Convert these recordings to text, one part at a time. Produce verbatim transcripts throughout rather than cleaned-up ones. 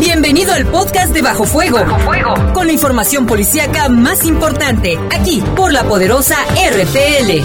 Bienvenido al podcast de Bajo Fuego. Bajo Fuego. Con la información policíaca más importante, aquí por la poderosa R P L.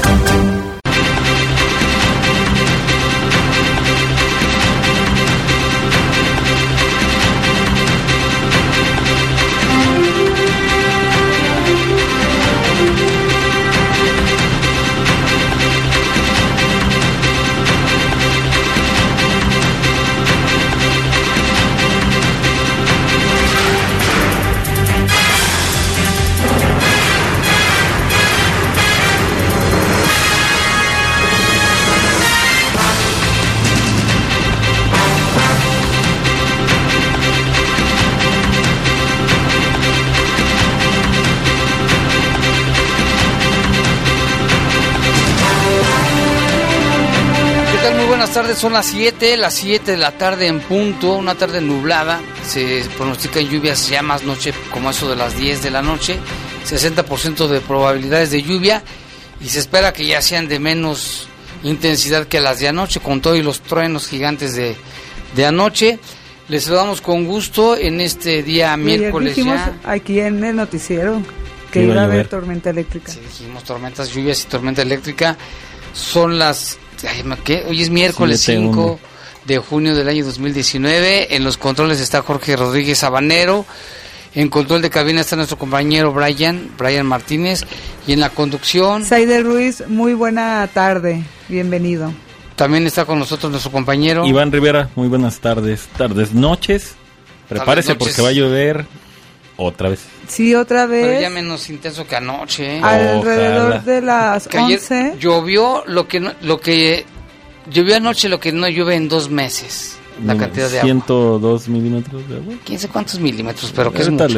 Buenas tardes, son las siete, las siete de la tarde en punto, una tarde nublada, se pronostican lluvias ya más noche, como eso de las diez de la noche, sesenta por ciento de probabilidades de lluvia y se espera que ya sean de menos intensidad que las de anoche, con todos los truenos gigantes de, de anoche. Les saludamos con gusto en este día miércoles dijimos ya. Aquí en el noticiero que iba a haber tormenta eléctrica. Sí, dijimos tormentas, lluvias y tormenta eléctrica. Son las... ¿Qué? Hoy es miércoles cinco de junio del año dos mil diecinueve. En los controles está Jorge Rodríguez Sabanero. En control de cabina está nuestro compañero Brian, Brian Martínez. Y en la conducción... Saide Ruiz, muy buena tarde. Bienvenido. También está con nosotros nuestro compañero... Iván Rivera, muy buenas tardes. Tardes, noches. Prepárese tardes, noches. Porque va a llover otra vez. Sí, otra vez. Pero ya menos intenso que anoche. ¿eh? Alrededor Ojalá. de las que once. Llovió lo que no, lo que llovió anoche, lo que no llueve en dos meses. La no, cantidad de ciento dos agua. Milímetros de agua. quién sabe cuántos milímetros, pero que es mucho.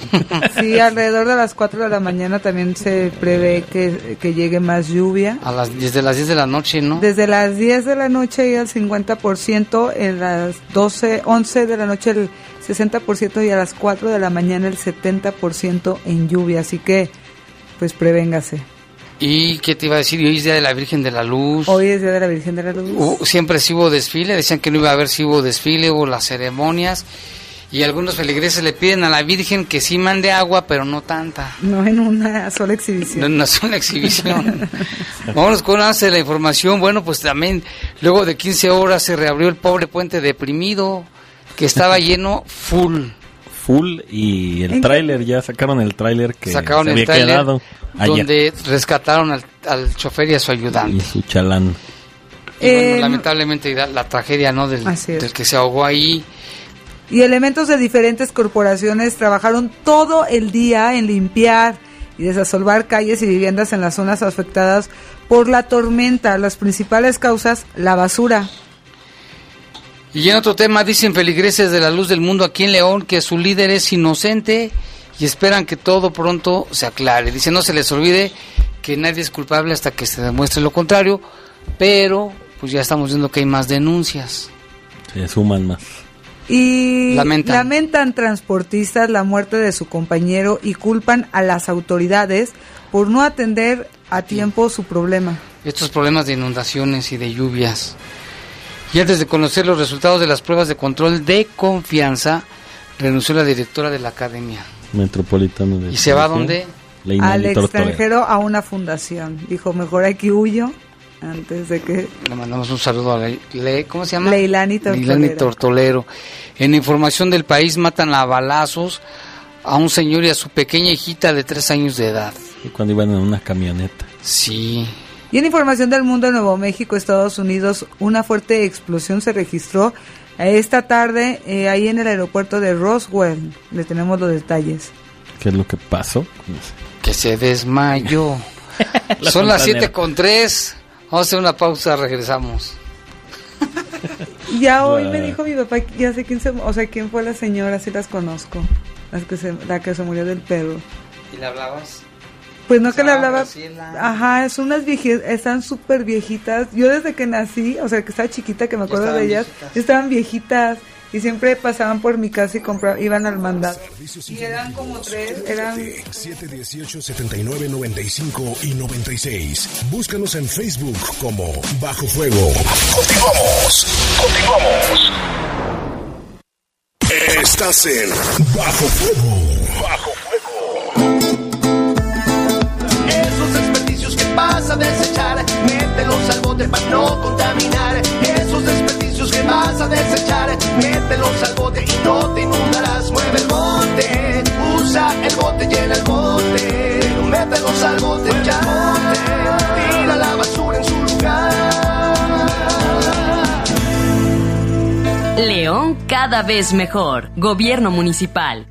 Sí, alrededor de las cuatro de la mañana también se prevé que, que llegue más lluvia. A las, desde las diez de la noche, ¿no? Desde las diez de la noche y al cincuenta por ciento, en las doce, once de la noche el sesenta por ciento y a las cuatro de la mañana el setenta por ciento en lluvia, así que pues prevéngase. ¿Y qué te iba a decir? Hoy es Día de la Virgen de la Luz. Hoy es Día de la Virgen de la Luz. Uh, siempre sí hubo desfile, decían que no iba a haber sí hubo desfile, hubo las ceremonias, y algunos feligreses le piden a la Virgen que sí mande agua, pero no tanta. No en una sola exhibición. No en una sola exhibición. Vámonos con una de la información. Bueno, pues también luego de quince horas se reabrió el pobre puente deprimido, que estaba lleno full. Full y el tráiler, ya sacaron el tráiler que sacaron se el había tráiler quedado allá. Donde rescataron al, al chofer y a su ayudante. Y su chalán. Y bueno, eh, lamentablemente la, la tragedia, ¿no? Del, del que se ahogó ahí. Y elementos de diferentes corporaciones trabajaron todo el día en limpiar y desasolvar calles y viviendas en las zonas afectadas por la tormenta. Las principales causas, la basura. Y en otro tema, dicen feligreses de la Luz del Mundo aquí en León que su líder es inocente y esperan que todo pronto se aclare. Dicen, no se les olvide que nadie es culpable hasta que se demuestre lo contrario, pero pues ya estamos viendo que hay más denuncias. Se suman más. Y lamentan. lamentan transportistas la muerte de su compañero y culpan a las autoridades por no atender a tiempo su problema. Estos problemas de inundaciones y de lluvias. Y antes de conocer los resultados de las pruebas de control de confianza, renunció la directora de la Academia Metropolitana de... ¿Y se va a dónde? Al extranjero, a una fundación. Dijo, mejor aquí huyo antes de que... Le mandamos un saludo a la... ¿Cómo se llama? Leilani Tortolero. Leilani Tortolero. En información del país, matan a balazos a un señor y a su pequeña hijita de tres años de edad. Y cuando iban en una camioneta. Sí. Y en información del mundo, en Nuevo México, Estados Unidos, una fuerte explosión se registró esta tarde eh, ahí en el aeropuerto de Roswell. Le tenemos los detalles. ¿Qué es lo que pasó? Que se desmayó. Son las siete con tres. Vamos a hacer una pausa, regresamos. Ya hoy me dijo mi papá, ya sé quién se, o sea, quién fue la señora, sí las conozco, las que se, la que se murió del perro. ¿Y le hablabas? Pues no, que le hablaba, ajá, es unas viejitas, están súper viejitas. Yo desde que nací, o sea, que estaba chiquita, que me acuerdo de ellas, viejitas. Estaban viejitas y siempre pasaban por mi casa y compraban, iban al mandado. Y eran como tres, eran... siete dieciocho, setenta y nueve, noventa y cinco y noventa y seis. Búscanos en Facebook como Bajo Fuego. Continuamos, continuamos. Estás en Bajo Fuego. Bajo Fuego. Esos desperdicios que vas a desechar, mételos al bote para no contaminar. Esos desperdicios que vas a desechar, mételos al bote y no te inundarás. Mueve el bote, usa el bote, llena el bote. Mételos al bote ya, tira la basura en su lugar. León cada vez mejor. Gobierno municipal.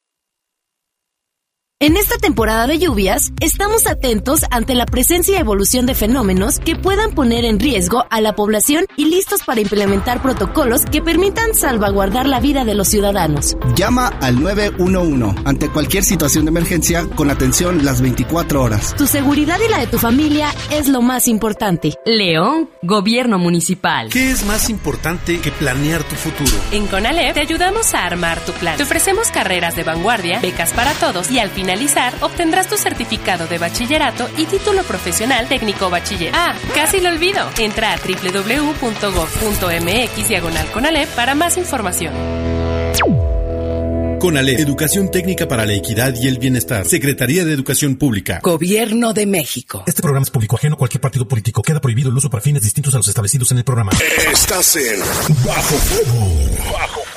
En esta temporada de lluvias, estamos atentos ante la presencia y evolución de fenómenos que puedan poner en riesgo a la población y listos para implementar protocolos que permitan salvaguardar la vida de los ciudadanos. Llama al nueve uno uno ante cualquier situación de emergencia con atención las veinticuatro horas. Tu seguridad y la de tu familia es lo más importante. León, Gobierno Municipal. ¿Qué es más importante que planear tu futuro? En CONALEP te ayudamos a armar tu plan. Te ofrecemos carreras de vanguardia, becas para todos y al final obtendrás tu certificado de bachillerato y título profesional técnico bachiller. Ah, casi lo olvido. Entra a doble u doble u doble u punto gob punto eme equis diagonal CONALEP para más información. CONALEP, Educación Técnica para la Equidad y el Bienestar. Secretaría de Educación Pública. Gobierno de México. Este programa es público ajeno a cualquier partido político. Queda prohibido el uso para fines distintos a los establecidos en el programa. Estás en Bajo Fuego. Bajo Fuego.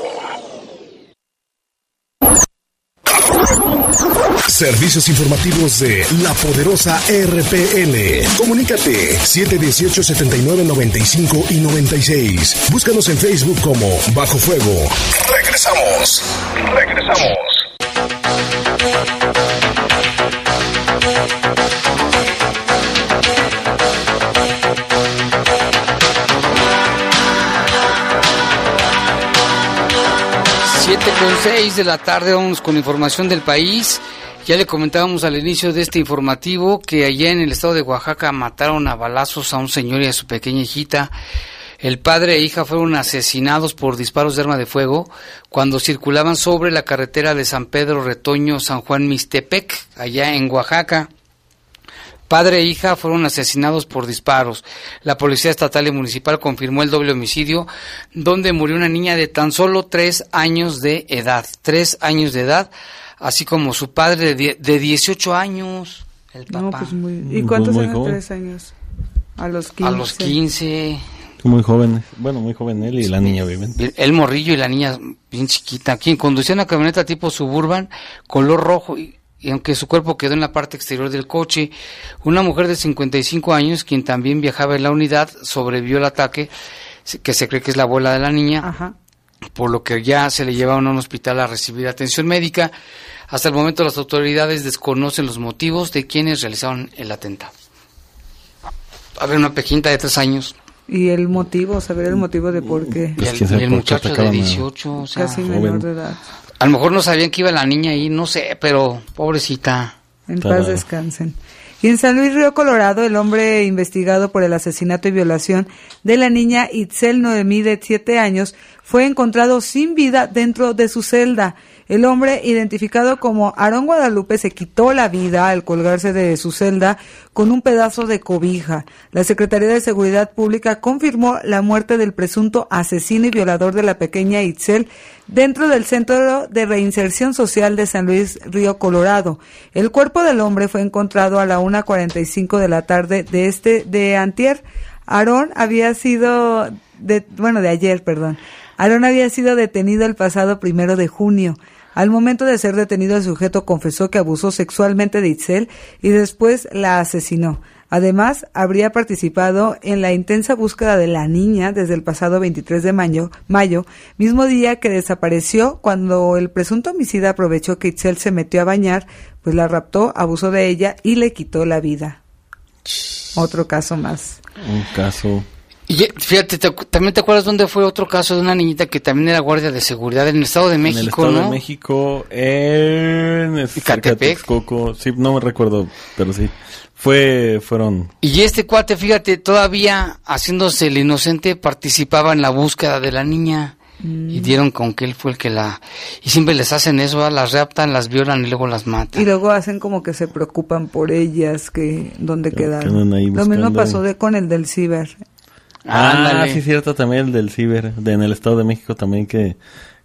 Servicios informativos de La Poderosa R P L. Comunícate siete dieciocho, setenta y nueve, noventa y cinco y noventa y seis. Búscanos en Facebook como Bajo Fuego. Regresamos. Regresamos. siete con seis de la tarde, vamos con información del país. Ya le comentábamos al inicio de este informativo que allá en el estado de Oaxaca mataron a balazos a un señor y a su pequeña hijita. El padre e hija fueron asesinados por disparos de arma de fuego cuando circulaban sobre la carretera de San Pedro Retoño, San Juan Mixtepec, allá en Oaxaca. Padre e hija fueron asesinados por disparos. La Policía Estatal y Municipal confirmó el doble homicidio, donde murió una niña de tan solo tres años de edad. Tres años de edad, así como su padre de, de dieciocho años, el papá. No, pues muy, ¿y cuántos muy eran joven. tres años? A los quince. A los quince. Muy joven, bueno, muy joven él y la niña, obviamente. El morrillo y la niña bien chiquita, quien conducía una camioneta tipo Suburban, color rojo, y, y aunque su cuerpo quedó en la parte exterior del coche. Una mujer de cincuenta y cinco años, quien también viajaba en la unidad, sobrevivió al ataque, que se cree que es la abuela de la niña. Ajá. Por lo que ya se le llevaron a un hospital a recibir atención médica. Hasta el momento las autoridades desconocen los motivos de quienes realizaron el atentado. A ver, una pequeñita de tres años. Y el motivo, saber el motivo de por qué. Y el, y el muchacho de dieciocho, o sea, casi menor de edad. A lo mejor no sabían que iba la niña ahí, no sé, pero pobrecita. En paz descansen. Y en San Luis Río Colorado, el hombre investigado por el asesinato y violación de la niña Itzel Noemí de siete años fue encontrado sin vida dentro de su celda. El hombre, identificado como Aarón Guadalupe, se quitó la vida al colgarse de su celda con un pedazo de cobija. La Secretaría de Seguridad Pública confirmó la muerte del presunto asesino y violador de la pequeña Itzel dentro del Centro de Reinserción Social de San Luis Río Colorado. El cuerpo del hombre fue encontrado a la una cuarenta y cinco de la tarde de este de antier. Aarón había sido, de, bueno, de ayer, perdón. Aarón había sido detenido el pasado primero de junio. Al momento de ser detenido, el sujeto confesó que abusó sexualmente de Itzel y después la asesinó. Además, habría participado en la intensa búsqueda de la niña desde el pasado veintitrés de mayo, mayo, mismo día que desapareció cuando el presunto homicida aprovechó que Itzel se metió a bañar, pues la raptó, abusó de ella y le quitó la vida. Otro caso más. Un caso... Y fíjate, te, también te acuerdas dónde fue otro caso de una niñita que también era guardia de seguridad en el Estado de México, en el Estado ¿no? de México, en Ecatepec. Sí, no me recuerdo, pero sí. Fue, fueron. Y este cuate, fíjate, todavía haciéndose el inocente, participaba en la búsqueda de la niña. Mm. Y dieron con que él fue el que la... Y siempre les hacen eso, las raptan, las violan y luego las matan. Y luego hacen como que se preocupan por ellas, que dónde Pero quedaron. Lo mismo pasó de con el del ciber. Ah, Ándale. Sí, cierto, también el del ciber, de, en el Estado de México también, que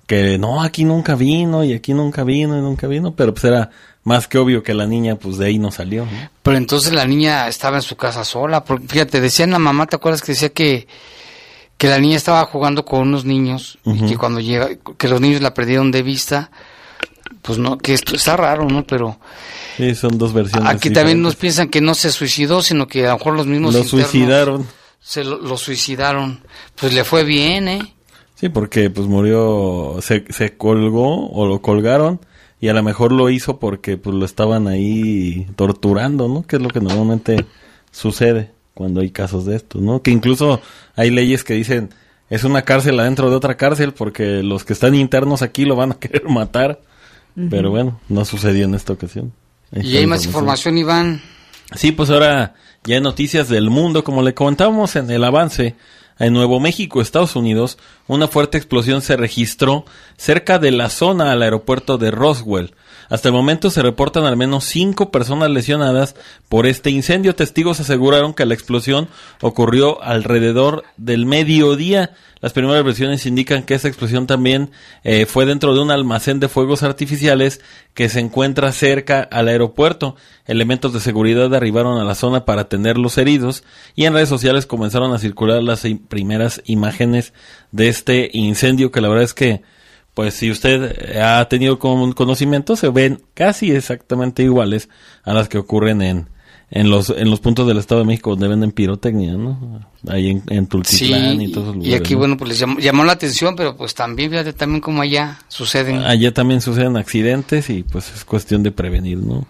que no, aquí nunca vino y aquí nunca vino y nunca vino, pero pues era más que obvio que la niña pues de ahí no salió, ¿no? Pero entonces la niña estaba en su casa sola, porque fíjate, decían la mamá, ¿te acuerdas que decía que que la niña estaba jugando con unos niños, uh-huh. y que cuando llega, que los niños la perdieron de vista? Pues no, que esto está raro, ¿no? Pero sí, son dos versiones. Aquí diferentes. También nos piensan que no se suicidó, sino que a lo mejor los mismos lo suicidaron. Se lo, lo suicidaron. Pues le fue bien, ¿eh? Sí, porque pues murió, se, se colgó o lo colgaron y a lo mejor lo hizo porque pues lo estaban ahí torturando, ¿no? Que es lo que normalmente sucede cuando hay casos de estos, ¿no? Que incluso hay leyes que dicen es una cárcel adentro de otra cárcel porque los que están internos aquí lo van a querer matar. Uh-huh. Pero bueno, no sucedió en esta ocasión. Ahí ¿Y hay más información, Iván? Sí, pues ahora ya hay noticias del mundo. Como le comentábamos en el avance, en Nuevo México, Estados Unidos, una fuerte explosión se registró cerca de la zona al aeropuerto de Roswell. Hasta el momento se reportan al menos cinco personas lesionadas por este incendio. Testigos aseguraron que la explosión ocurrió alrededor del mediodía. Las primeras versiones indican que esta explosión también eh, fue dentro de un almacén de fuegos artificiales que se encuentra cerca al aeropuerto. Elementos de seguridad arribaron a la zona para atender los heridos y en redes sociales comenzaron a circular las i- primeras imágenes de este incendio, que la verdad es que pues si usted ha tenido con conocimiento, se ven casi exactamente iguales a las que ocurren en en los en los puntos del Estado de México donde venden pirotecnia, ¿no? Ahí en, en Tultitlán, sí, y todos los lugares. Y aquí, ¿no? Bueno, pues les llamó, llamó la atención, pero pues también, fíjate, también como allá suceden. Allá también suceden accidentes y pues es cuestión de prevenir, ¿no?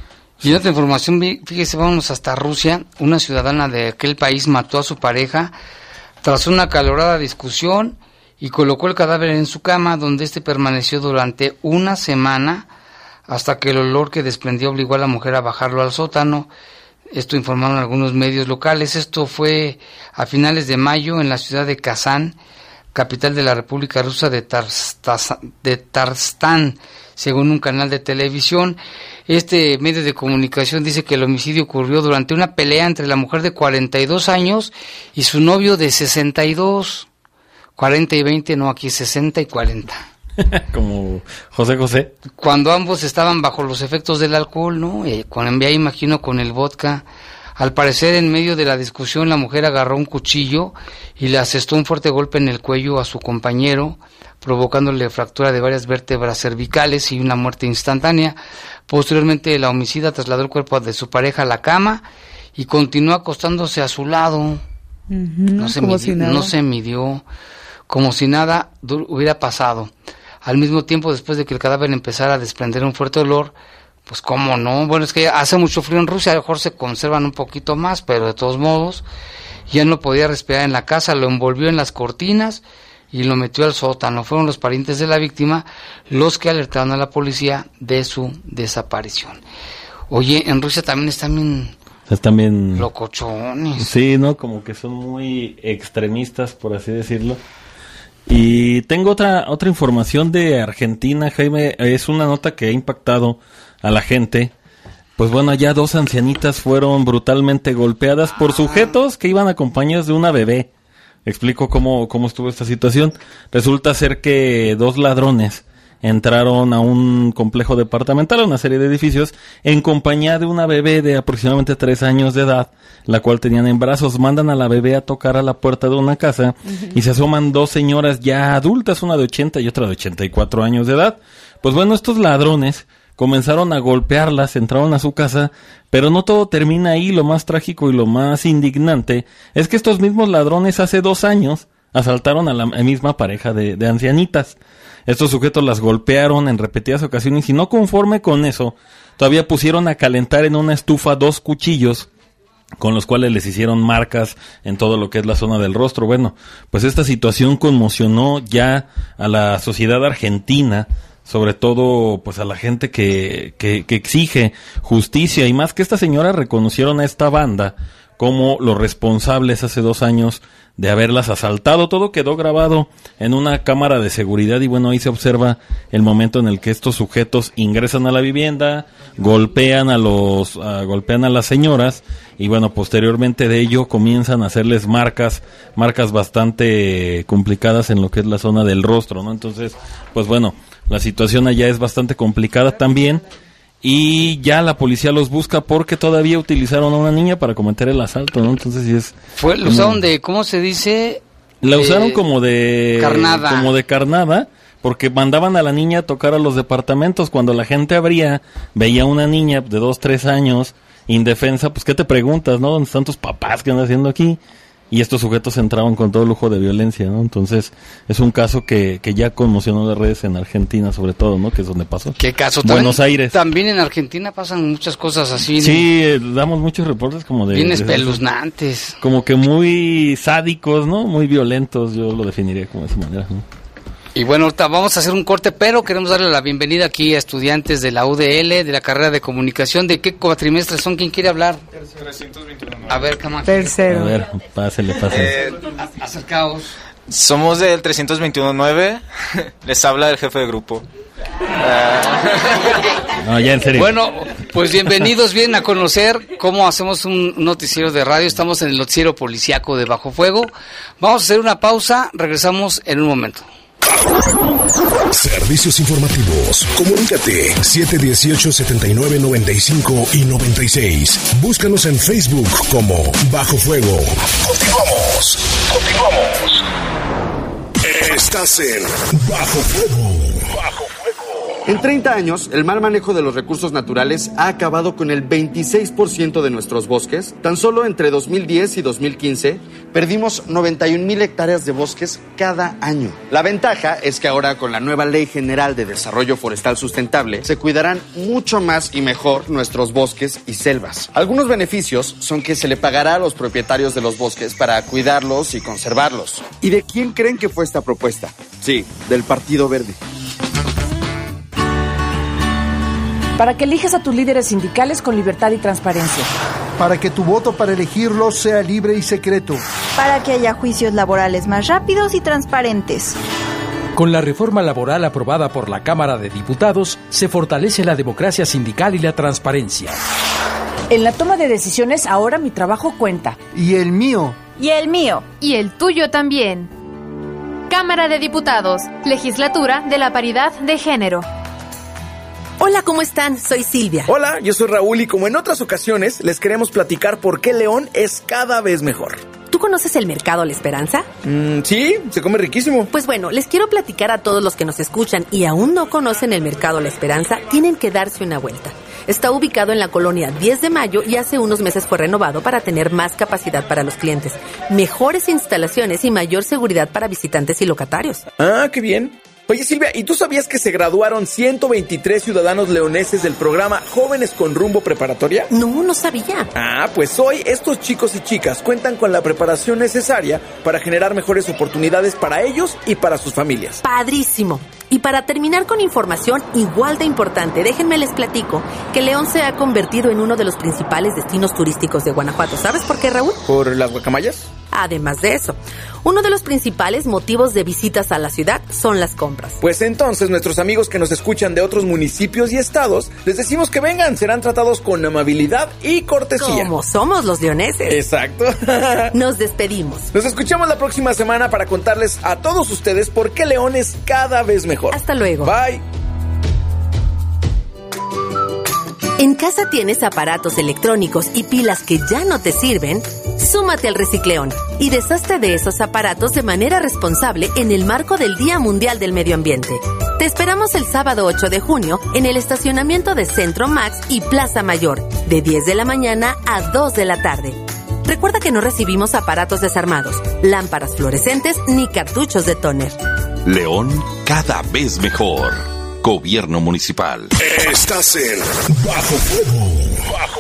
Y en otra información, fíjese, vámonos hasta Rusia. Una ciudadana de aquel país mató a su pareja tras una acalorada discusión y colocó el cadáver en su cama, donde este permaneció durante una semana hasta que el olor que desprendió obligó a la mujer a bajarlo al sótano. Esto informaron algunos medios locales. Esto fue a finales de mayo en la ciudad de Kazán, capital de la República Rusa de, Tarstas, de Tarstán, según un canal de televisión. Este medio de comunicación dice que el homicidio ocurrió durante una pelea entre la mujer de cuarenta y dos años y su novio de sesenta y dos. cuarenta y veinte, no, aquí sesenta y cuarenta. Como José José. Cuando ambos estaban bajo los efectos del alcohol, ¿no? Eh, con, ya imagino con el vodka. Al parecer, en medio de la discusión, la mujer agarró un cuchillo y le asestó un fuerte golpe en el cuello a su compañero, provocándole fractura de varias vértebras cervicales y una muerte instantánea. Posteriormente, la homicida trasladó el cuerpo de su pareja a la cama y continuó acostándose a su lado. Uh-huh, no, se midió, si no se midió, como si nada hubiera pasado. Al mismo tiempo, después de que el cadáver empezara a desprender un fuerte olor, pues cómo no, bueno, es que hace mucho frío en Rusia, a lo mejor se conservan un poquito más, pero de todos modos, ya no podía respirar en la casa, lo envolvió en las cortinas y lo metió al sótano. Fueron los parientes de la víctima los que alertaron a la policía de su desaparición. Oye, en Rusia también están bien... Están bien... locochones. Sí, ¿no? Como que son muy extremistas, por así decirlo. Y tengo otra otra información de Argentina, Jaime. Es una nota que ha impactado a la gente. Pues bueno, ya dos ancianitas fueron brutalmente golpeadas por sujetos que iban acompañados de una bebé. Explico cómo, cómo estuvo esta situación. Resulta ser que dos ladrones entraron a un complejo departamental, a una serie de edificios, en compañía de una bebé de aproximadamente tres años de edad, la cual tenían en brazos. Mandan a la bebé a tocar a la puerta de una casa, uh-huh, y se asoman dos señoras ya adultas, una de ochenta y otra de ochenta y cuatro años de edad. Pues bueno, estos ladrones comenzaron a golpearlas, entraron a su casa, pero no todo termina ahí. Lo más trágico y lo más indignante es que estos mismos ladrones hace dos años asaltaron a la misma pareja de, de ancianitas. Estos sujetos las golpearon en repetidas ocasiones y no conforme con eso, todavía pusieron a calentar en una estufa dos cuchillos con los cuales les hicieron marcas en todo lo que es la zona del rostro. Bueno, pues esta situación conmocionó ya a la sociedad argentina, sobre todo pues a la gente que, que, que exige justicia, y más que esta señora reconocieron a esta banda como los responsables hace dos años de haberlas asaltado. Todo quedó grabado en una cámara de seguridad y bueno, ahí se observa el momento en el que estos sujetos ingresan a la vivienda, golpean a los uh, golpean a las señoras y bueno, posteriormente de ello comienzan a hacerles marcas, marcas bastante complicadas en lo que es la zona del rostro, ¿no? Entonces, pues bueno, la situación allá es bastante complicada también. Y ya la policía los busca porque todavía utilizaron a una niña para cometer el asalto, ¿no? Entonces sí es... Fue, lo usaron de, ¿cómo se dice? La usaron eh, como de... Carnada. Como de carnada, porque mandaban a la niña a tocar a los departamentos. Cuando la gente abría, veía a una niña de dos, tres años, indefensa, pues ¿qué te preguntas, no? ¿Dónde están tus papás? ¿Qué andan haciendo aquí? Y estos sujetos entraban con todo lujo de violencia, ¿no? Entonces, es un caso que, que ya conmocionó las redes en Argentina, sobre todo, ¿no? Que es donde pasó. ¿Qué caso? Buenos también, Aires. También en Argentina pasan muchas cosas así. Sí, eh, damos muchos reportes como de... Bien de- espeluznantes. Como que muy sádicos, ¿no? Muy violentos, yo lo definiría como de esa manera, ¿no? Y bueno, ahorita vamos a hacer un corte, pero queremos darle la bienvenida aquí a estudiantes de la U D L, de la carrera de comunicación. ¿De qué cuatrimestre son? ¿Quién quiere hablar? trescientos veintiuno. A ver, ¿cómo? Tercero. A ver, pásele, pásele. Eh, Acercaos. Somos del trescientos veintiuno nueve. Les habla el jefe de grupo. No, ya en serio. Bueno, pues bienvenidos, vienen a conocer cómo hacemos un noticiero de radio. Estamos en el noticiero policiaco de Bajo Fuego. Vamos a hacer una pausa, regresamos en un momento. Servicios informativos. Comunícate siete dieciocho, setenta y nueve, noventa y cinco y noventa y seis. Búscanos en Facebook como Bajo Fuego. Continuamos. Continuamos. Estás en Bajo Fuego. Bajo Fuego. En treinta años, el mal manejo de los recursos naturales ha acabado con el veintiséis por ciento de nuestros bosques. Tan solo entre dos mil diez y dos mil quince, perdimos noventa y un mil hectáreas de bosques cada año. La ventaja es que ahora, con la nueva Ley General de Desarrollo Forestal Sustentable, se cuidarán mucho más y mejor nuestros bosques y selvas. Algunos beneficios son que se le pagará a los propietarios de los bosques para cuidarlos y conservarlos. ¿Y de quién creen que fue esta propuesta? Sí, del Partido Verde. Para que elijas a tus líderes sindicales con libertad y transparencia. Para que tu voto para elegirlos sea libre y secreto. Para que haya juicios laborales más rápidos y transparentes. Con la reforma laboral aprobada por la Cámara de Diputados, se fortalece la democracia sindical y la transparencia. En la toma de decisiones, ahora mi trabajo cuenta. Y el mío. Y el mío. Y el tuyo también. Cámara de Diputados, Legislatura de la Paridad de Género. Hola, ¿cómo están? Soy Silvia. Hola, yo soy Raúl y como en otras ocasiones les queremos platicar por qué León es cada vez mejor. ¿Tú conoces el Mercado La Esperanza? Mm, sí, se come riquísimo. Pues bueno, les quiero platicar a todos los que nos escuchan y aún no conocen el Mercado La Esperanza, tienen que darse una vuelta. Está ubicado en la colonia diez de mayo y hace unos meses fue renovado para tener más capacidad para los clientes, mejores instalaciones y mayor seguridad para visitantes y locatarios. Ah, qué bien. Oye Silvia, ¿y tú sabías que se graduaron ciento veintitrés ciudadanos leoneses del programa Jóvenes con Rumbo Preparatoria? No, no sabía. Ah, pues hoy estos chicos y chicas cuentan con la preparación necesaria para generar mejores oportunidades para ellos y para sus familias. Padrísimo. Y para terminar con información igual de importante, déjenme les platico que León se ha convertido en uno de los principales destinos turísticos de Guanajuato. ¿Sabes por qué, Raúl? ¿Por las guacamayas? Además de eso, uno de los principales motivos de visitas a la ciudad son las compras. Pues entonces, nuestros amigos que nos escuchan de otros municipios y estados, les decimos que vengan, serán tratados con amabilidad y cortesía. Como somos los leoneses. Exacto. Nos despedimos. Nos escuchamos la próxima semana para contarles a todos ustedes por qué León es cada vez mejor. Hasta luego. Bye. ¿En casa tienes aparatos electrónicos y pilas que ya no te sirven? Súmate al Recicleón y deshazte de esos aparatos de manera responsable en el marco del Día Mundial del Medio Ambiente. Te esperamos el sábado ocho de junio en el estacionamiento de Centro Max y Plaza Mayor, de diez de la mañana a dos de la tarde. Recuerda que no recibimos aparatos desarmados, lámparas fluorescentes ni cartuchos de tóner. León cada vez mejor. Gobierno Municipal. Estás en Bajo Fuego. Bajo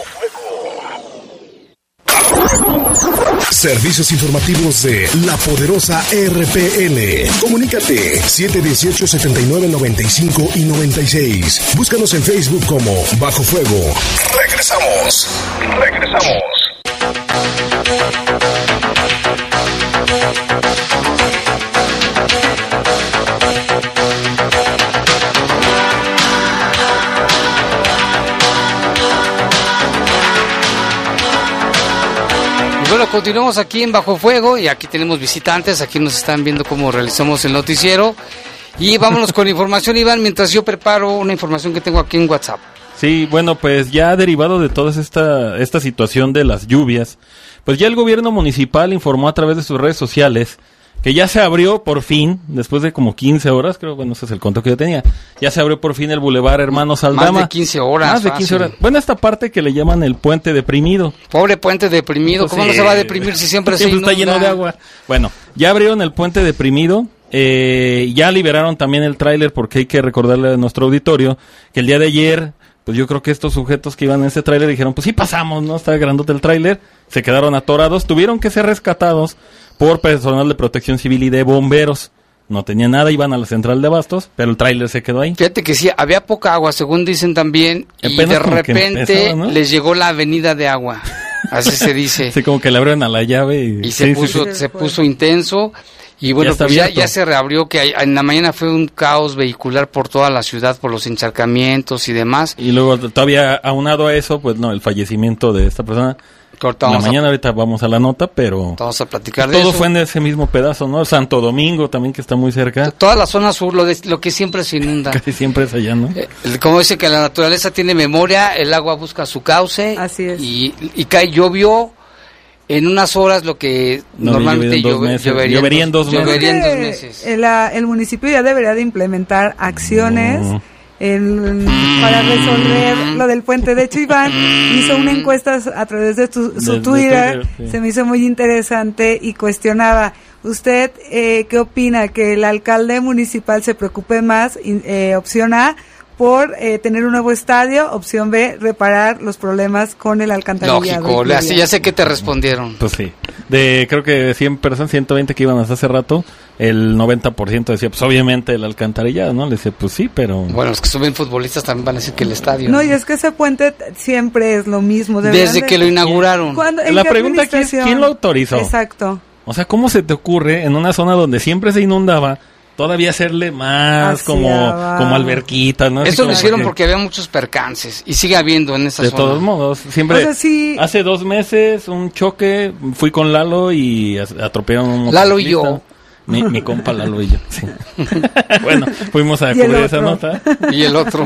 Fuego. Servicios informativos de la poderosa R P L. Comunícate siete dieciocho, setenta y nueve, noventa y cinco y noventa y seis. Búscanos en Facebook como Bajo Fuego. Regresamos. Regresamos. Bueno, continuamos aquí en Bajo Fuego y aquí tenemos visitantes, aquí nos están viendo cómo realizamos el noticiero y vámonos con información, Iván, mientras yo preparo una información que tengo aquí en WhatsApp. Sí, bueno, pues ya derivado de toda esta, esta situación de las lluvias, pues ya el gobierno municipal informó a través de sus redes sociales que ya se abrió por fin, después de como quince horas, creo, bueno, ese es el conto que yo tenía, ya se abrió por fin el Boulevard Hermanos Aldama. Más de quince horas. Más de quince horas. Bueno, esta parte que le llaman el puente deprimido. Pobre puente deprimido, ¿cómo sí. no se va a deprimir si siempre, siempre se inunda? Está lleno de agua. Bueno, ya abrieron el puente deprimido, eh, ya liberaron también el tráiler, porque hay que recordarle a nuestro auditorio que el día de ayer, pues yo creo que estos sujetos que iban en ese tráiler dijeron, pues sí pasamos, ¿no? Está grandote el tráiler, se quedaron atorados, tuvieron que ser rescatados por personal de protección civil y de bomberos. No tenían nada, iban a la central de abastos, pero el tráiler se quedó ahí. Fíjate que sí, había poca agua, según dicen también, y de repente empezaba, ¿no? Les llegó la avenida de agua, así se dice. Sí, como que le abrieron a la llave y, y se sí, puso sí, sí. se puso intenso. Y bueno, ya pues ya, ya se reabrió, que en la mañana fue un caos vehicular por toda la ciudad, por los encharcamientos y demás. Y luego todavía aunado a eso, pues no, el fallecimiento de esta persona. Cortamos. La mañana a... ahorita vamos a la nota, pero vamos a platicar de todo eso. Fue en ese mismo pedazo, ¿no? Santo Domingo también, que está muy cerca. Toda la zona sur, lo, de, lo que siempre se inunda. Casi siempre es allá, ¿no? Eh, como dice que la naturaleza tiene memoria, el agua busca su cauce. Así es. Y, y cae, llovió en unas horas lo que no, normalmente llovería, llovería, llovería en dos meses. Llovería en dos meses. El, el municipio ya debería de implementar acciones no. en, para resolver lo del puente. De hecho, Iván hizo una encuesta a través de tu, su de, Twitter, de Twitter sí. Se me hizo muy interesante y cuestionaba, ¿usted eh, qué opina? ¿Que el alcalde municipal se preocupe más? Eh, opción A, por eh, tener un nuevo estadio, opción B, reparar los problemas con el alcantarillado. Lógico, así ya sé que te respondieron. Pues sí, de creo que cien personas, ciento veinte que iban hasta hace rato, el noventa por ciento decía, pues obviamente el alcantarillado, ¿no? Le decía, pues sí, pero... Bueno, los que suben futbolistas también van a decir que el estadio. No, ¿no? Y es que ese puente siempre es lo mismo. Desde de... que lo inauguraron. La pregunta aquí es, ¿quién lo autorizó? Exacto. O sea, ¿cómo se te ocurre en una zona donde siempre se inundaba todavía hacerle más Hacia como va. como alberquita, ¿no? Eso lo hicieron que... porque había muchos percances y sigue habiendo en esa de zona. De todos modos, siempre. O sea, sí. Hace dos meses un choque, fui con Lalo y atropellaron un motociclista. Lalo y yo. Mi, mi compa Lalo y yo. Sí. Bueno, fuimos a cubrir esa nota. Y el otro.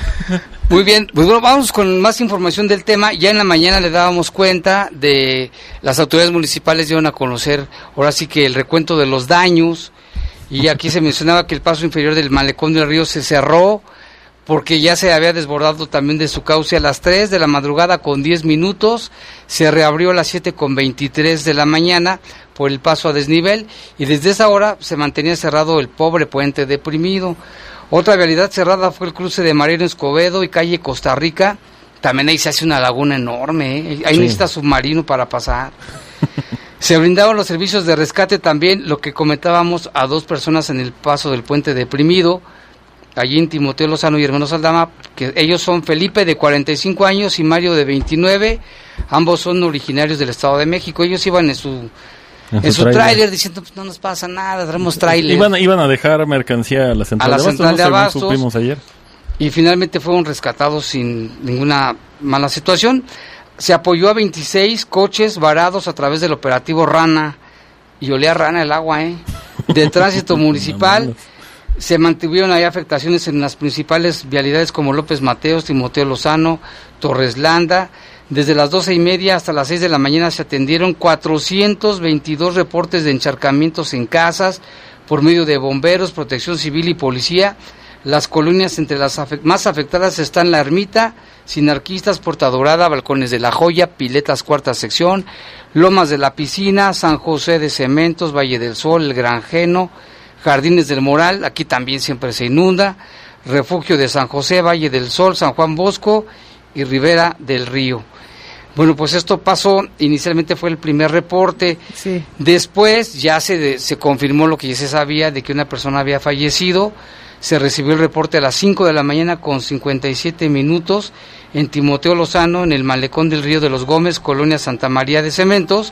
Muy bien, pues bueno, vamos con más información del tema. Ya en la mañana le dábamos cuenta de las autoridades municipales dieron a conocer, ahora sí que el recuento de los daños. Y aquí se mencionaba que el paso inferior del malecón del río se cerró porque ya se había desbordado también de su cauce a las tres de la madrugada con diez minutos, se reabrió a las siete con veintitrés de la mañana por el paso a desnivel y desde esa hora se mantenía cerrado el pobre puente deprimido. Otra vialidad cerrada fue el cruce de Mariano Escobedo y calle Costa Rica, también ahí se hace una laguna enorme, ¿eh? Ahí sí. Necesita submarino para pasar. Se brindaban los servicios de rescate también, lo que comentábamos a dos personas en el paso del puente deprimido, allí en Timoteo Lozano y Hermanos Aldama, que ellos son Felipe de cuarenta y cinco años y Mario de veintinueve, ambos son originarios del Estado de México, ellos iban en su en, en su tráiler diciendo, pues no nos pasa nada, traemos tráiler. Iban, iban a dejar mercancía a la central, a la de, central Abastos, de no Abastos, supimos ayer. Y finalmente fueron rescatados sin ninguna mala situación. Se apoyó a veintiséis coches varados a través del operativo Rana, y olía rana el agua, ¿eh? De tránsito municipal. Se mantuvieron ahí afectaciones en las principales vialidades como López Mateos, Timoteo Lozano, Torres Landa. Desde las doce y media hasta las seis de la mañana se atendieron cuatrocientos veintidós reportes de encharcamientos en casas por medio de bomberos, protección civil y policía. Las colonias entre las afect- más afectadas están La Ermita, Sinarquistas, Puerta Dorada, Balcones de la Joya, Piletas cuarta sección, Lomas de la Piscina, San José de Cementos, Valle del Sol, El Granjeno, Jardines del Moral, aquí también siempre se inunda, Refugio de San José, Valle del Sol, San Juan Bosco y Ribera del Río. Bueno, pues esto pasó, inicialmente fue el primer reporte, sí. Después ya se, de, se confirmó lo que ya se sabía de que una persona había fallecido. Se recibió el reporte a las cinco de la mañana con cincuenta y siete minutos en Timoteo Lozano, en el malecón del Río de los Gómez, Colonia Santa María de Cementos.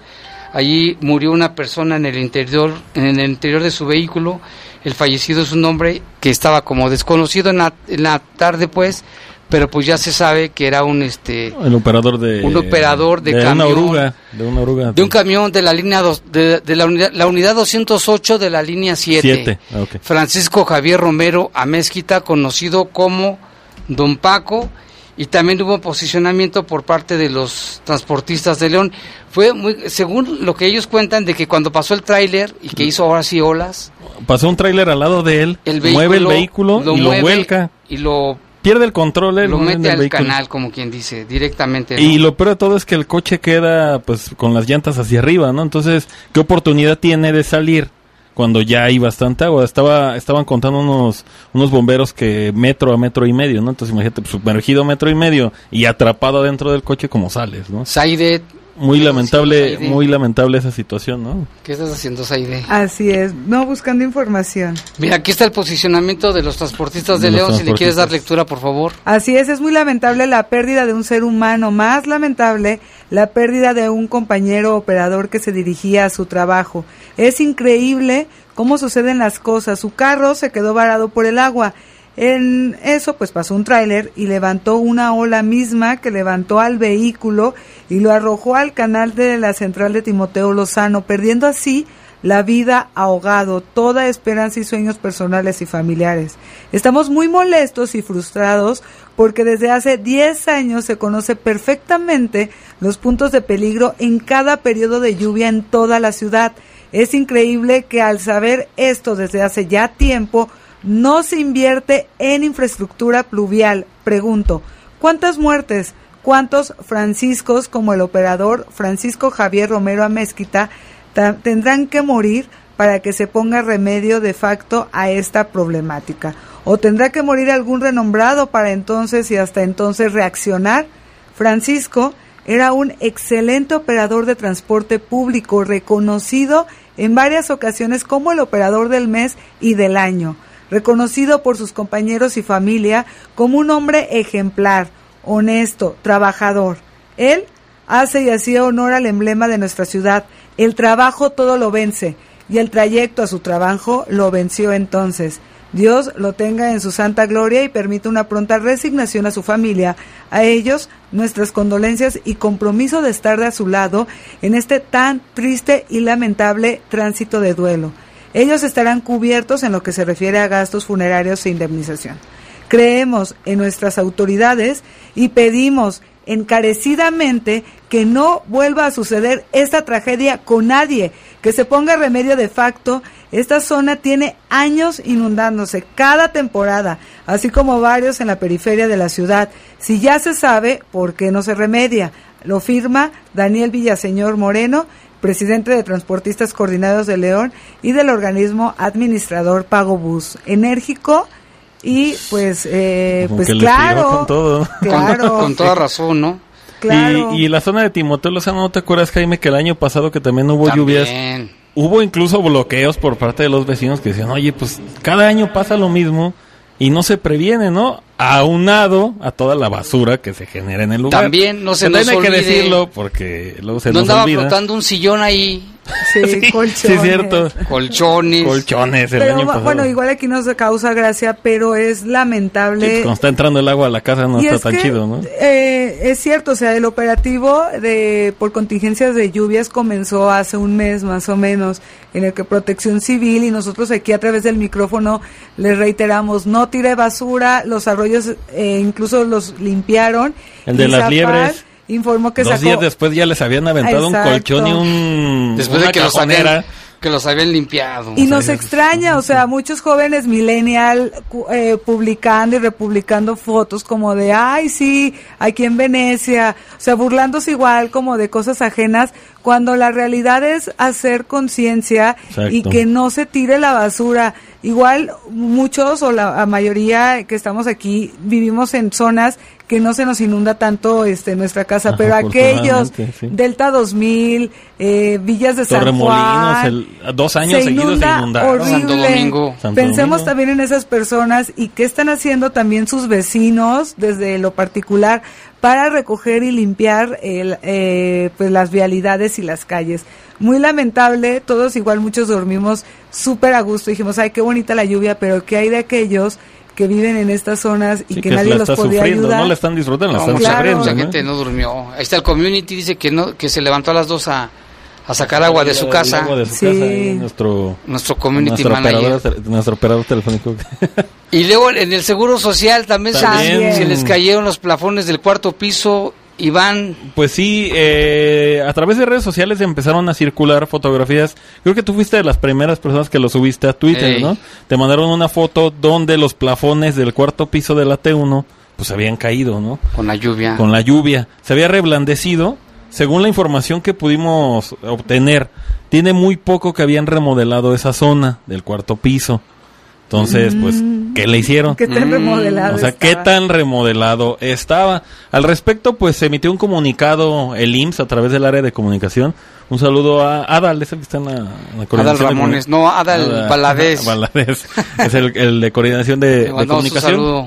Allí murió una persona en el interior, en el interior de su vehículo. El fallecido es un hombre que estaba como desconocido en la, en la tarde, pues, pero pues ya se sabe que era un este el operador de un operador de, de camión, una oruga, de una oruga, de un camión de la línea dos, de, de la unidad la unidad doscientos ocho de la línea siete. Okay. Francisco Javier Romero Amezquita, conocido como Don Paco, y también hubo posicionamiento por parte de los transportistas de León. Fue muy, según lo que ellos cuentan, de que cuando pasó el tráiler y que hizo ahora sí olas, pasó un tráiler al lado de él, el vehículo, mueve el vehículo lo y mueve, lo vuelca y lo pierde el control, él lo mete al vehículo. canal, como quien dice, directamente, ¿no? Y lo peor de todo es que el coche queda pues con las llantas hacia arriba, ¿no? Entonces, ¿qué oportunidad tiene de salir cuando ya hay bastante agua? Estaba estaban contando unos unos bomberos que metro a metro y medio, ¿no? Entonces, imagínate, pues, sumergido metro y medio y atrapado dentro del coche, ¿cómo sales, no? Saide, muy lamentable, sí, muy lamentable esa situación, ¿no? ¿Qué estás haciendo, Saide? Así es, no, buscando información. Mira, aquí está el posicionamiento de los transportistas de, de León, si le quieres dar lectura, por favor. Así es, es muy lamentable la pérdida de un ser humano, más lamentable la pérdida de un compañero operador que se dirigía a su trabajo. Es increíble cómo suceden las cosas. Su carro se quedó varado por el agua. En eso pues pasó un tráiler y levantó una ola misma que levantó al vehículo y lo arrojó al canal de la central de Timoteo Lozano, perdiendo así la vida ahogado, toda esperanza y sueños personales y familiares. Estamos muy molestos y frustrados porque desde hace diez años se conoce perfectamente los puntos de peligro en cada periodo de lluvia en toda la ciudad. Es increíble que al saber esto desde hace ya tiempo no se invierte en infraestructura pluvial. Pregunto, ¿cuántas muertes, cuántos Franciscos como el operador Francisco Javier Romero Amezquita ta- tendrán que morir para que se ponga remedio de facto a esta problemática? ¿O tendrá que morir algún renombrado para entonces y hasta entonces reaccionar? Francisco era un excelente operador de transporte público, reconocido en varias ocasiones como el operador del mes y del año, reconocido por sus compañeros y familia como un hombre ejemplar, honesto, trabajador. Él hace y hacía honor al emblema de nuestra ciudad: el trabajo todo lo vence, y el trayecto a su trabajo lo venció entonces. Dios lo tenga en su santa gloria y permita una pronta resignación a su familia. A ellos, nuestras condolencias y compromiso de estar de a su lado en este tan triste y lamentable tránsito de duelo. Ellos estarán cubiertos en lo que se refiere a gastos funerarios e indemnización. Creemos en nuestras autoridades y pedimos encarecidamente que no vuelva a suceder esta tragedia con nadie, que se ponga remedio de facto. Esta zona tiene años inundándose cada temporada, así como varios en la periferia de la ciudad. Si ya se sabe, ¿por qué no se remedia? Lo firma Daniel Villaseñor Moreno, presidente de Transportistas Coordinados de León y del organismo administrador Pago Bus. Enérgico y pues eh, pues claro, con todo. claro, con, con toda razón, ¿no? Claro. Y, y la zona de Timoteo Lozano, ¿no te acuerdas, Jaime, que el año pasado que también hubo También. lluvias? Hubo incluso bloqueos por parte de los vecinos que decían, oye, pues cada año pasa lo mismo y no se previene, ¿no? Aunado a toda la basura que se genera en el lugar. También no se También nos hay olvide, que decirlo porque luego se no nos andaba olvida. flotando un sillón ahí. Sí, sí, colchones. sí, es cierto. Colchones. Colchones el Pero año pasado. bueno, igual aquí nos causa gracia, pero es lamentable. Sí, cuando está entrando el agua a la casa no Y está es tan que, chido, ¿no? Eh, es cierto, o sea, el operativo de por contingencias de lluvias comenzó hace un mes más o menos, en el que Protección Civil y nosotros aquí a través del micrófono les reiteramos, no tire basura, los arroyos eh, incluso los limpiaron. El de y las Zapal liebres. Informó que Dos sacó... días después ya les habían aventado Exacto. un colchón y un... Después una de que los, cajonera. habían, que los habían limpiado. Y nos extraña, o sea, muchos jóvenes millennial eh, publicando y republicando fotos como de, ay, sí, aquí en Venecia, o sea, burlándose igual como de cosas ajenas, cuando la realidad es hacer conciencia y que no se tire la basura. Igual muchos o la, la mayoría que estamos aquí vivimos en zonas que no se nos inunda tanto este nuestra casa, Ajá, pero aquellos, sí. Delta dos mil, eh, Villas de San Juan, el, dos años se seguidos inunda se inundaron. horrible. Santo Domingo. Santo Pensemos Domingo. también en esas personas y qué están haciendo también sus vecinos desde lo particular para recoger y limpiar el, eh, pues las vialidades y las calles. Muy lamentable, todos igual muchos dormimos súper a gusto, dijimos, ay, qué bonita la lluvia, pero ¿qué hay de aquellos que viven en estas zonas y sí, que, que nadie los podía ayudar? No la están disfrutando, la no, están mucha, sufriendo. Mucha ¿no? gente no durmió. Ahí está el community, dice que no que se levantó a las dos a, a sacar agua de su el, casa. El agua de su sí. casa y nuestro, nuestro community nuestro manager. Operador, nuestro operador telefónico. Y luego en el Seguro Social también, también. Se, se les cayeron los plafones del cuarto piso. Iván. Pues sí, eh, a través de redes sociales empezaron a circular fotografías. Creo que tú fuiste de las primeras personas que lo subiste a Twitter, Ey. ¿no? Te mandaron una foto donde los plafones del cuarto piso de la T uno pues habían caído, ¿no? Con la lluvia. Con la lluvia. Se había reblandecido. Según la información que pudimos obtener, tiene muy poco que habían remodelado esa zona del cuarto piso. Entonces, pues, ¿qué le hicieron? ¿Qué tan remodelado O sea, estaba? ¿qué tan remodelado estaba? Al respecto, pues, se emitió un comunicado el I M S S a través del área de comunicación. Un saludo a Adal, es el que está en la, en la coordinación. Adal Ramones, de, no, Adal Adal Valadez. Valadez, es el, el de coordinación de, de comunicación. Saludo.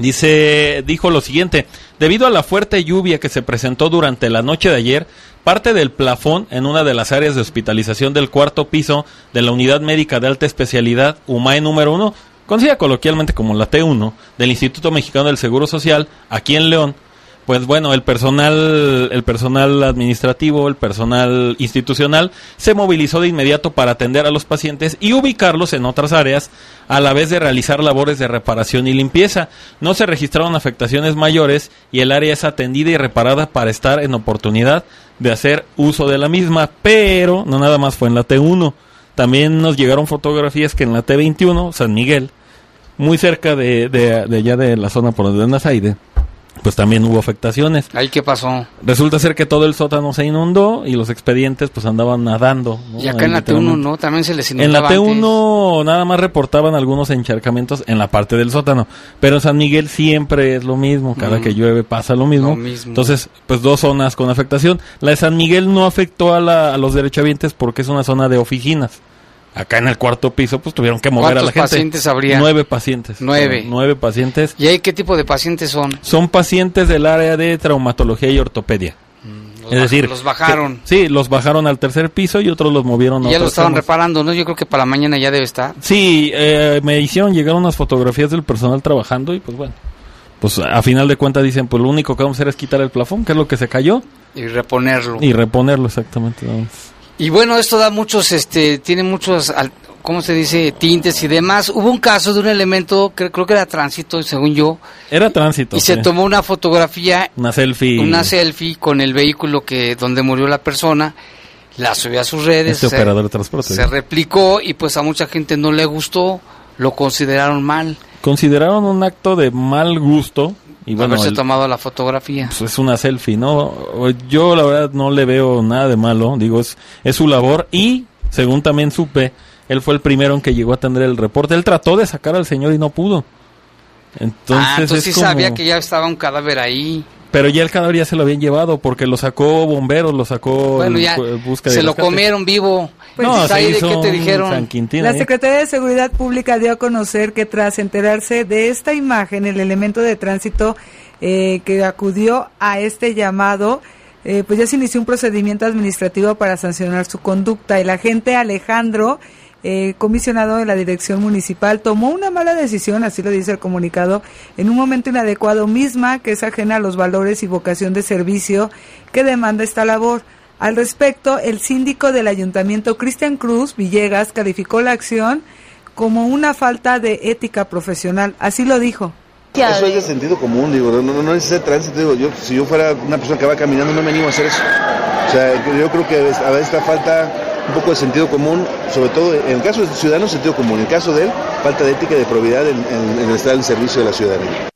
Dice, dijo lo siguiente: debido a la fuerte lluvia que se presentó durante la noche de ayer, parte del plafón en una de las áreas de hospitalización del cuarto piso de la Unidad Médica de Alta Especialidad U M A E número uno, conocida coloquialmente como la T uno, del Instituto Mexicano del Seguro Social, aquí en León, pues bueno, el personal, el personal administrativo, el personal institucional se movilizó de inmediato para atender a los pacientes y ubicarlos en otras áreas, a la vez de realizar labores de reparación y limpieza. No se registraron afectaciones mayores y el área es atendida y reparada para estar en oportunidad de hacer uso de la misma, pero no nada más fue en la T uno. También nos llegaron fotografías que en la T veintiuno, San Miguel, muy cerca de, de, de allá de la zona por donde anda Saide, pues también hubo afectaciones. ¿Ahí qué pasó? Resulta ser que todo el sótano se inundó y los expedientes pues andaban nadando, ¿no? Y acá Ahí en la T uno, ¿no? También se les inundaba En la T uno antes. Nada más reportaban algunos encharcamientos en la parte del sótano, pero en San Miguel siempre es lo mismo, cada mm. que llueve pasa lo mismo. lo mismo. Entonces, pues dos zonas con afectación. La de San Miguel no afectó a, la, a los derechohabientes porque es una zona de oficinas. Acá en el cuarto piso, pues tuvieron que mover a la gente. ¿Cuántos pacientes habría? Nueve pacientes. Nueve. Nueve pacientes. ¿Y ahí qué tipo de pacientes son? Son pacientes del área de traumatología y ortopedia. Mm, los es decir, los bajaron. Que, sí, los bajaron al tercer piso y otros los movieron a y ya otros lo estaban zonas. reparando, ¿no? Yo creo que para mañana ya debe estar. Sí, eh, me hicieron llegar unas fotografías del personal trabajando y pues bueno, pues a final de cuentas dicen, pues lo único que vamos a hacer es quitar el plafón, que es lo que se cayó. Y reponerlo. Y reponerlo, exactamente. Vamos. Y bueno, esto da muchos, este, tiene muchos, ¿cómo se dice? Tintes y demás. Hubo un caso de un elemento, que creo que era tránsito, según yo. Era tránsito. Y sí. se tomó una fotografía. Una selfie. Una selfie con el vehículo que donde murió la persona. La subió a sus redes. Este se, operador de transporte. Se replicó y pues a mucha gente no le gustó. Lo consideraron mal. Consideraron un acto de mal gusto. Y bueno, haberse el, tomado la fotografía. Pues es una selfie, ¿no? Yo la verdad no le veo nada de malo, digo, es, es su labor y, según también supe, él fue el primero en que llegó a atender el reporte. Él trató de sacar al señor y no pudo. Entonces, ah, entonces es sí como... sabía que ya estaba un cadáver ahí. Pero ya el cadáver ya se lo habían llevado porque lo sacó bomberos, lo sacó bueno, ya el, busca se de lo rescate. Comieron vivo. Pues no, ahí de qué te dijeron. San Quintín, la ¿eh? Secretaría de Seguridad Pública dio a conocer que tras enterarse de esta imagen, el elemento de tránsito eh, que acudió a este llamado, eh, pues ya se inició un procedimiento administrativo para sancionar su conducta. El agente Alejandro, eh, comisionado de la Dirección Municipal, tomó una mala decisión, así lo dice el comunicado, en un momento inadecuado, misma que es ajena a los valores y vocación de servicio que demanda esta labor. Al respecto, el síndico del ayuntamiento, Cristian Cruz Villegas, calificó la acción como una falta de ética profesional. Así lo dijo. Eso es de sentido común, digo, no, no, no es ese tránsito, digo, yo, si yo fuera una persona que va caminando no me animo a hacer eso. O sea, yo creo que a veces esta falta un poco de sentido común, sobre todo en el caso del ciudadano, sentido común, en el caso de él, falta de ética y de probidad en, en, en estar al servicio de la ciudadanía.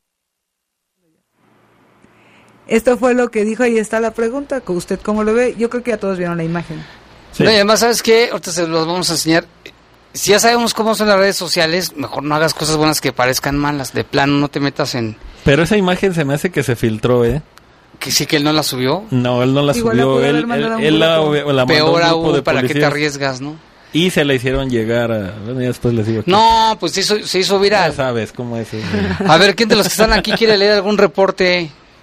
Esto fue lo que dijo y está la pregunta, que usted cómo lo ve. Yo creo que ya todos vieron la imagen. Sí. No, y además, ¿sabes qué? Ahorita se los vamos a enseñar. Si ya sabemos cómo son las redes sociales, mejor no hagas cosas buenas que parezcan malas. De plano, no te metas en... Pero esa imagen se me hace que se filtró, ¿eh? ¿Que sí que él no la subió? No, él no la Igual subió. La él, él, él la, la Peor mandó aún de para policías, que te arriesgas, ¿no? Y se le hicieron llegar a... Bueno, ya después les digo. Aquí. No, pues se hizo, se hizo viral. Ya sabes cómo es. ¿Eh? A ver, ¿quién de los que están aquí quiere leer algún reporte?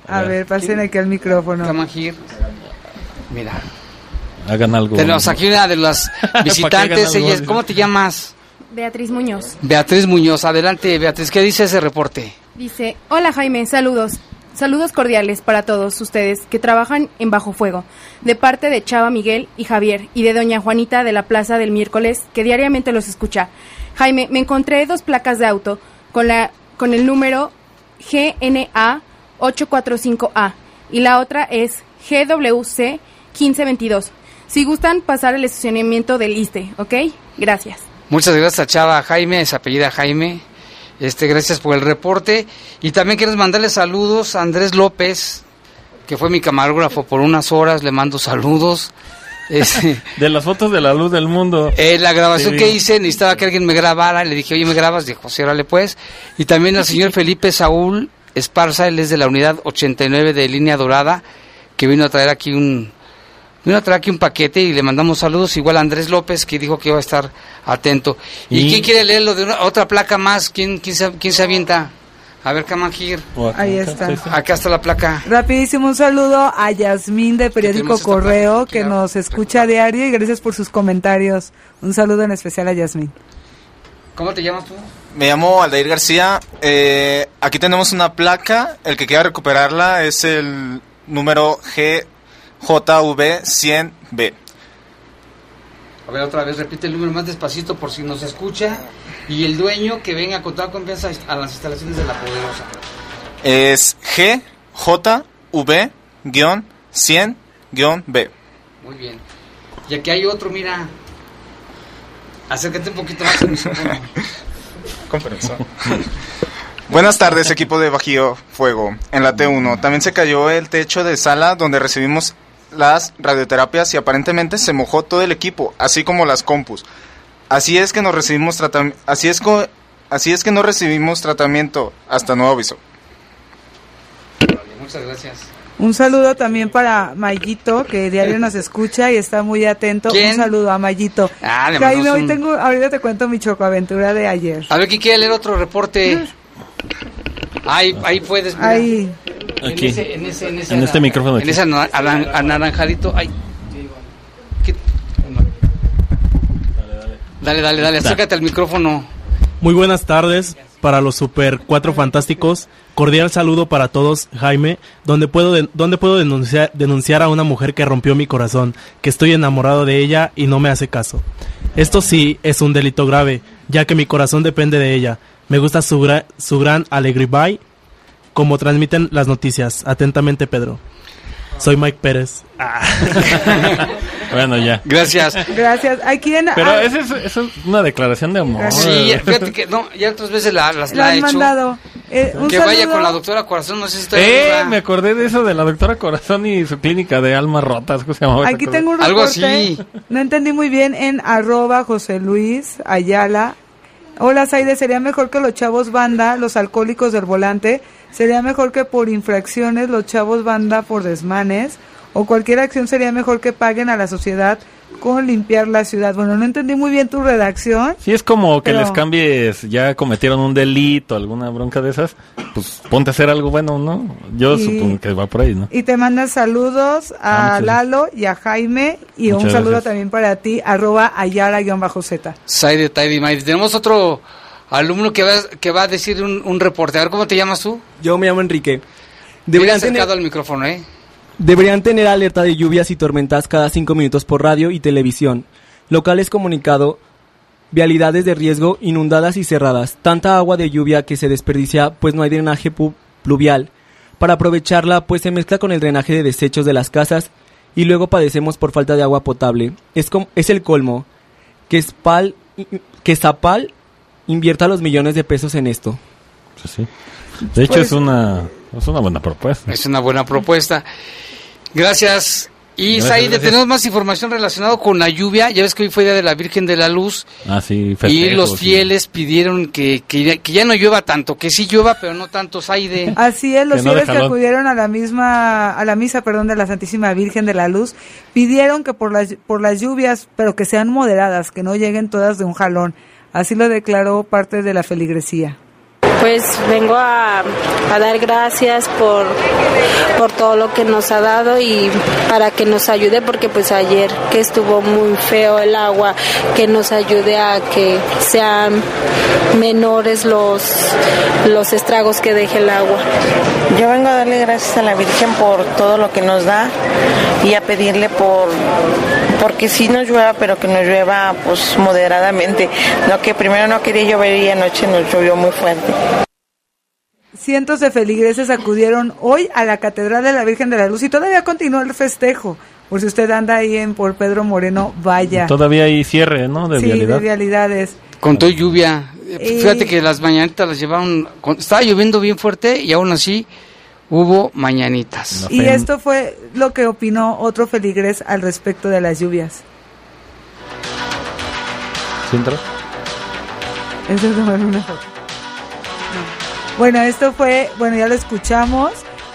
A ver, pasen aquí al micrófono. Camagir. Mira. Hagan algo. Tenemos aquí una de las visitantes. Ella es, ¿cómo te llamas? Beatriz Muñoz. Beatriz Muñoz. Adelante, Beatriz. ¿Qué dice ese reporte? Dice, hola Jaime, saludos. Saludos cordiales para todos ustedes que trabajan en Bajo Fuego, de parte de Chava Miguel y Javier, y de doña Juanita de la Plaza del Miércoles, que diariamente los escucha. Jaime, me encontré dos placas de auto con, la, con el número G N A ocho cuatro cinco A y la otra es G W C quince veintidós. Si gustan pasar el estacionamiento del ISSSTE, ¿ok? Gracias. Muchas gracias a Chava Jaime, es apellida Jaime. Este, gracias por el reporte. Y también quiero mandarle saludos a Andrés López, que fue mi camarógrafo por unas horas, le mando saludos. Este, de las fotos de la luz del mundo. Eh, la grabación sí. que hice, necesitaba que alguien me grabara, le dije, oye, ¿me grabas? Dijo, sí, órale pues. Y también al señor Felipe Saúl Esparza, él es de la unidad ochenta y nueve de Línea Dorada, que vino a traer aquí un... Vino a traer aquí un paquete y le mandamos saludos, igual a Andrés López, que dijo que iba a estar atento. ¿Y, ¿Y quién quiere leerlo de una, otra placa más? ¿Quién, quién, se, quién se avienta? A ver, Camagir. Ahí está. Acá está la placa. Rapidísimo, un saludo a Yasmín de Periódico Correo, que nos escucha a diario, y gracias por sus comentarios. Un saludo en especial a Yasmín. ¿Cómo te llamas tú? Me llamo Aldair García. Eh, aquí tenemos una placa. El que quiera recuperarla es el número G J V cien B. A ver, otra vez, repite el número más despacito por si nos escucha. Y el dueño que venga con toda confianza a las instalaciones de La Poderosa. Es G J V cien B. Muy bien. Y aquí hay otro, mira. Acércate un poquito más. Con permiso. Buenas tardes, equipo de Bajío Fuego. En la T uno también se cayó el techo de sala donde recibimos las radioterapias y aparentemente se mojó todo el equipo, así como las compus. Así es que no recibimos tratamiento, así es co- así es que no recibimos tratamiento hasta nuevo aviso. Muchas gracias. Un saludo también para Mayito, que diario nos escucha y está muy atento. ¿Quién? Un saludo a Mayito. Ah, le Jaime, hoy un... tengo, ahorita te cuento mi chocoaventura de ayer. A ver, ¿quién quiere leer otro reporte? Ahí, ahí puedes. Mira. Ahí. En Aquí. ese, en ese, en ese, en este micrófono. En ese anaranjadito. Ay. ¿Qué? Dale, dale, dale, acércate al micrófono. Muy buenas tardes para los Super Cuatro Fantásticos. Cordial saludo para todos, Jaime. Donde puedo, de, donde puedo denunciar, denunciar a una mujer que rompió mi corazón, que estoy enamorado de ella y no me hace caso. Esto sí es un delito grave, ya que mi corazón depende de ella. Me gusta su, gra, su gran alegría, como transmiten las noticias. Atentamente, Pedro. Soy Mike Pérez. Ah. Bueno, ya. Gracias. Gracias. ¿Hay quien? Pero ah, esa es, es una declaración de amor. Sí, fíjate que no, ya otras veces la, la, la han he hecho. mandado. Eh, un que saludo. vaya con la doctora Corazón, no sé si está Eh, me acordé de eso de la doctora Corazón y su clínica de almas rotas. ¿Cómo se llamaba? Aquí tengo un reporte. Algo así. No entendí muy bien en arroba José Luis Ayala. Hola, Saide, sería mejor que los chavos banda, los alcohólicos del volante, sería mejor que por infracciones los chavos banda por desmanes, o cualquier acción sería mejor que paguen a la sociedad con limpiar la ciudad. Bueno, no entendí muy bien tu redacción. Sí, es como que pero... les cambies, ya cometieron un delito, alguna bronca de esas, pues ponte a hacer algo bueno, ¿no? Yo y... supongo que va por ahí, ¿no? Y te mandan saludos a ah, Lalo y a Jaime, y muchas un saludo gracias. También para ti, arroba Ayala-Z. Saide, Taidi, Maidi. Tenemos otro alumno que va, que va a decir un, un reporte. A ver, ¿cómo te llamas tú? Yo me llamo Enrique. Deberían acercado tener... al micrófono, ¿eh? Deberían tener alerta de lluvias y tormentas cada cinco minutos por radio y televisión. Locales comunicado, vialidades de riesgo inundadas y cerradas. Tanta agua de lluvia que se desperdicia pues no hay drenaje pluvial. Para aprovecharla pues se mezcla con el drenaje de desechos de las casas y luego padecemos por falta de agua potable. Es, com- es el colmo. Que, Spal, que Zapal invierta los millones de pesos en esto. Pues sí. De hecho pues, es una es una buena propuesta. Es una buena propuesta. Gracias. Y Saide, tenemos más información relacionada con la lluvia. Ya ves que hoy fue Día de la Virgen de la Luz. Ah, sí, festejos, y los fieles sí. pidieron que, que, que ya no llueva tanto, que sí llueva, pero no tanto, Saide. Así es, los que no fieles que acudieron a la misma a la misa, perdón, de la Santísima Virgen de la Luz, pidieron que por las por las lluvias, pero que sean moderadas, que no lleguen todas de un jalón. Así lo declaró parte de la feligresía. Pues vengo a, a dar gracias por, por todo lo que nos ha dado y para que nos ayude, porque pues ayer que estuvo muy feo el agua, que nos ayude a que sean menores los, los estragos que deje el agua. Yo vengo a darle gracias a la Virgen por todo lo que nos da y a pedirle por porque sí nos llueva, pero que nos llueva pues moderadamente, no que primero no quería llover y anoche nos llovió muy fuerte. Cientos de feligreses acudieron hoy a la Catedral de la Virgen de la Luz y todavía continúa el festejo. Por si usted anda ahí en por Pedro Moreno, vaya. Todavía hay cierre, ¿no? De sí, vialidad. de vialidades. Con todo lluvia. Y... Fíjate que las mañanitas las llevaron... Con... Estaba lloviendo bien fuerte y aún así hubo mañanitas. Y esto fue lo que opinó otro feligres al respecto de las lluvias. ¿Sí entró? Eso es tomar una foto. Bueno, esto fue, bueno, ya lo escuchamos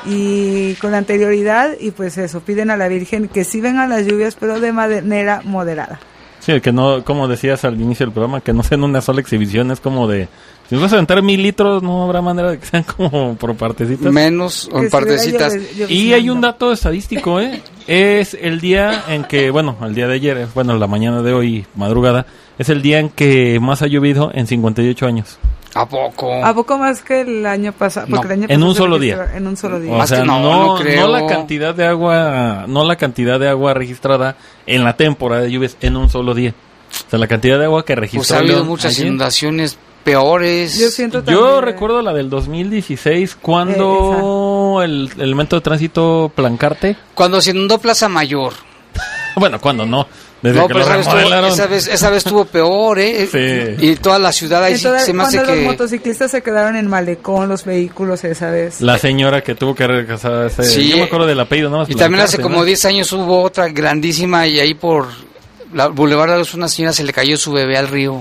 y con anterioridad y pues eso, piden a la Virgen que sí vengan las lluvias, pero de manera moderada. Sí, que no, como decías al inicio del programa, que no sean una sola exhibición, es como de, si nos vas a aventar mil litros, no habrá manera de que sean como por partecitas. Menos o en partecitas. Llover, llover, y hay un dato estadístico, ¿eh? Es el día en que, bueno, el día de ayer, bueno, la mañana de hoy, madrugada, es el día en que más ha llovido en cincuenta y ocho años. ¿A poco? ¿A poco más que el año pasado? No, el año en pasado un solo día. En un solo día. O sea, no, no, no, no la cantidad de agua, no la cantidad de agua registrada en la temporada de lluvias en un solo día. O sea, la cantidad de agua que registró. Pues ha habido muchas ayer, inundaciones peores. Yo siento también. Yo recuerdo la del dos mil dieciséis cuando eh, el, el metro de tránsito Plancarte. Cuando se inundó Plaza Mayor. Bueno, cuando no. Desde no, que pero lo esa, vez tuvo, esa, vez, esa vez estuvo peor, ¿eh? Sí. Y toda la ciudad ahí Entonces, se me hace cuando que... los motociclistas se quedaron en malecón, los vehículos esa vez. La señora que tuvo que regresar, ese, sí. Yo me acuerdo del apellido, ¿no? Y también hace como diez años hubo otra grandísima y ahí por la Boulevard de la Luz una señora se le cayó su bebé al río.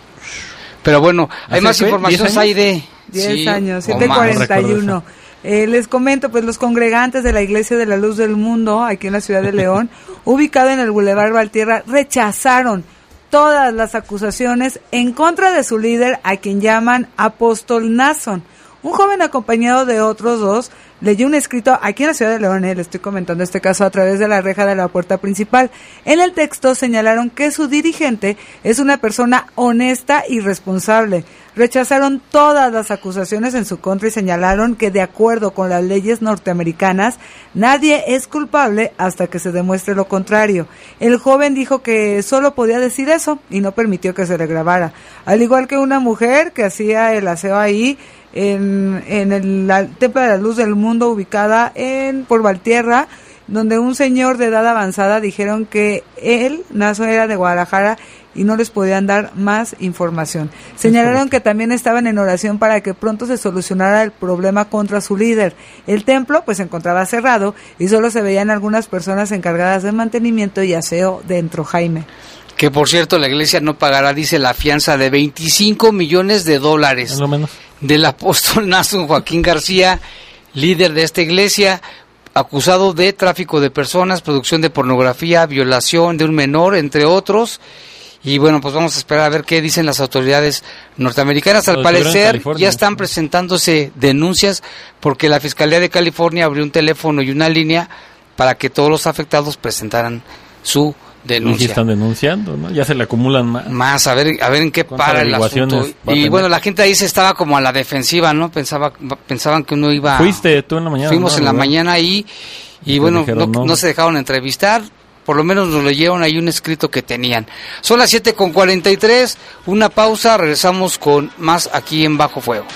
Pero bueno, hay más información, hay de... diez sí, años, siete cuarenta y uno. Eh, les comento, pues los congregantes de la Iglesia de la Luz del Mundo, aquí en la ciudad de León, ubicado en el Boulevard Valtierra, rechazaron todas las acusaciones en contra de su líder, a quien llaman Apóstol Nason. Un joven acompañado de otros dos leyó un escrito aquí en la ciudad de León, eh, le estoy comentando este caso a través de la reja de la puerta principal. En el texto señalaron que su dirigente es una persona honesta y responsable. Rechazaron todas las acusaciones en su contra y señalaron que de acuerdo con las leyes norteamericanas, nadie es culpable hasta que se demuestre lo contrario. El joven dijo que solo podía decir eso y no permitió que se le grabara. Al igual que una mujer que hacía el aseo ahí, en, en el la, Templo de la Luz del Mundo, ubicada en por Valtierra, donde un señor de edad avanzada dijeron que él, Nazo, era de Guadalajara y no les podían dar más información. Señalaron que también estaban en oración para que pronto se solucionara el problema contra su líder. El templo pues se encontraba cerrado y solo se veían algunas personas encargadas de mantenimiento y aseo dentro, Jaime. Que por cierto la iglesia no pagará, dice, la fianza de veinticinco millones de dólares. Es lo menos. Del apóstol Nason Joaquín García, líder de esta iglesia, acusado de tráfico de personas, producción de pornografía, violación de un menor, entre otros. Y bueno, pues vamos a esperar a ver qué dicen las autoridades norteamericanas. Al parecer ya están presentándose denuncias porque la Fiscalía de California abrió un teléfono y una línea para que todos los afectados presentaran su denuncia. Y están denunciando, ¿no? Ya se le acumulan más. Más, a ver, a ver en qué para el asunto. Y bueno, la gente ahí se estaba como a la defensiva, ¿no? Pensaba, pensaban que uno iba... Fuiste tú en la mañana. Fuimos ¿no? en la mañana ahí y, y bueno, dijeron, no, no. no se dejaron entrevistar. Por lo menos nos leyeron ahí un escrito que tenían. Son las siete con cuarenta y tres, una pausa, regresamos con más aquí en Bajo Fuego.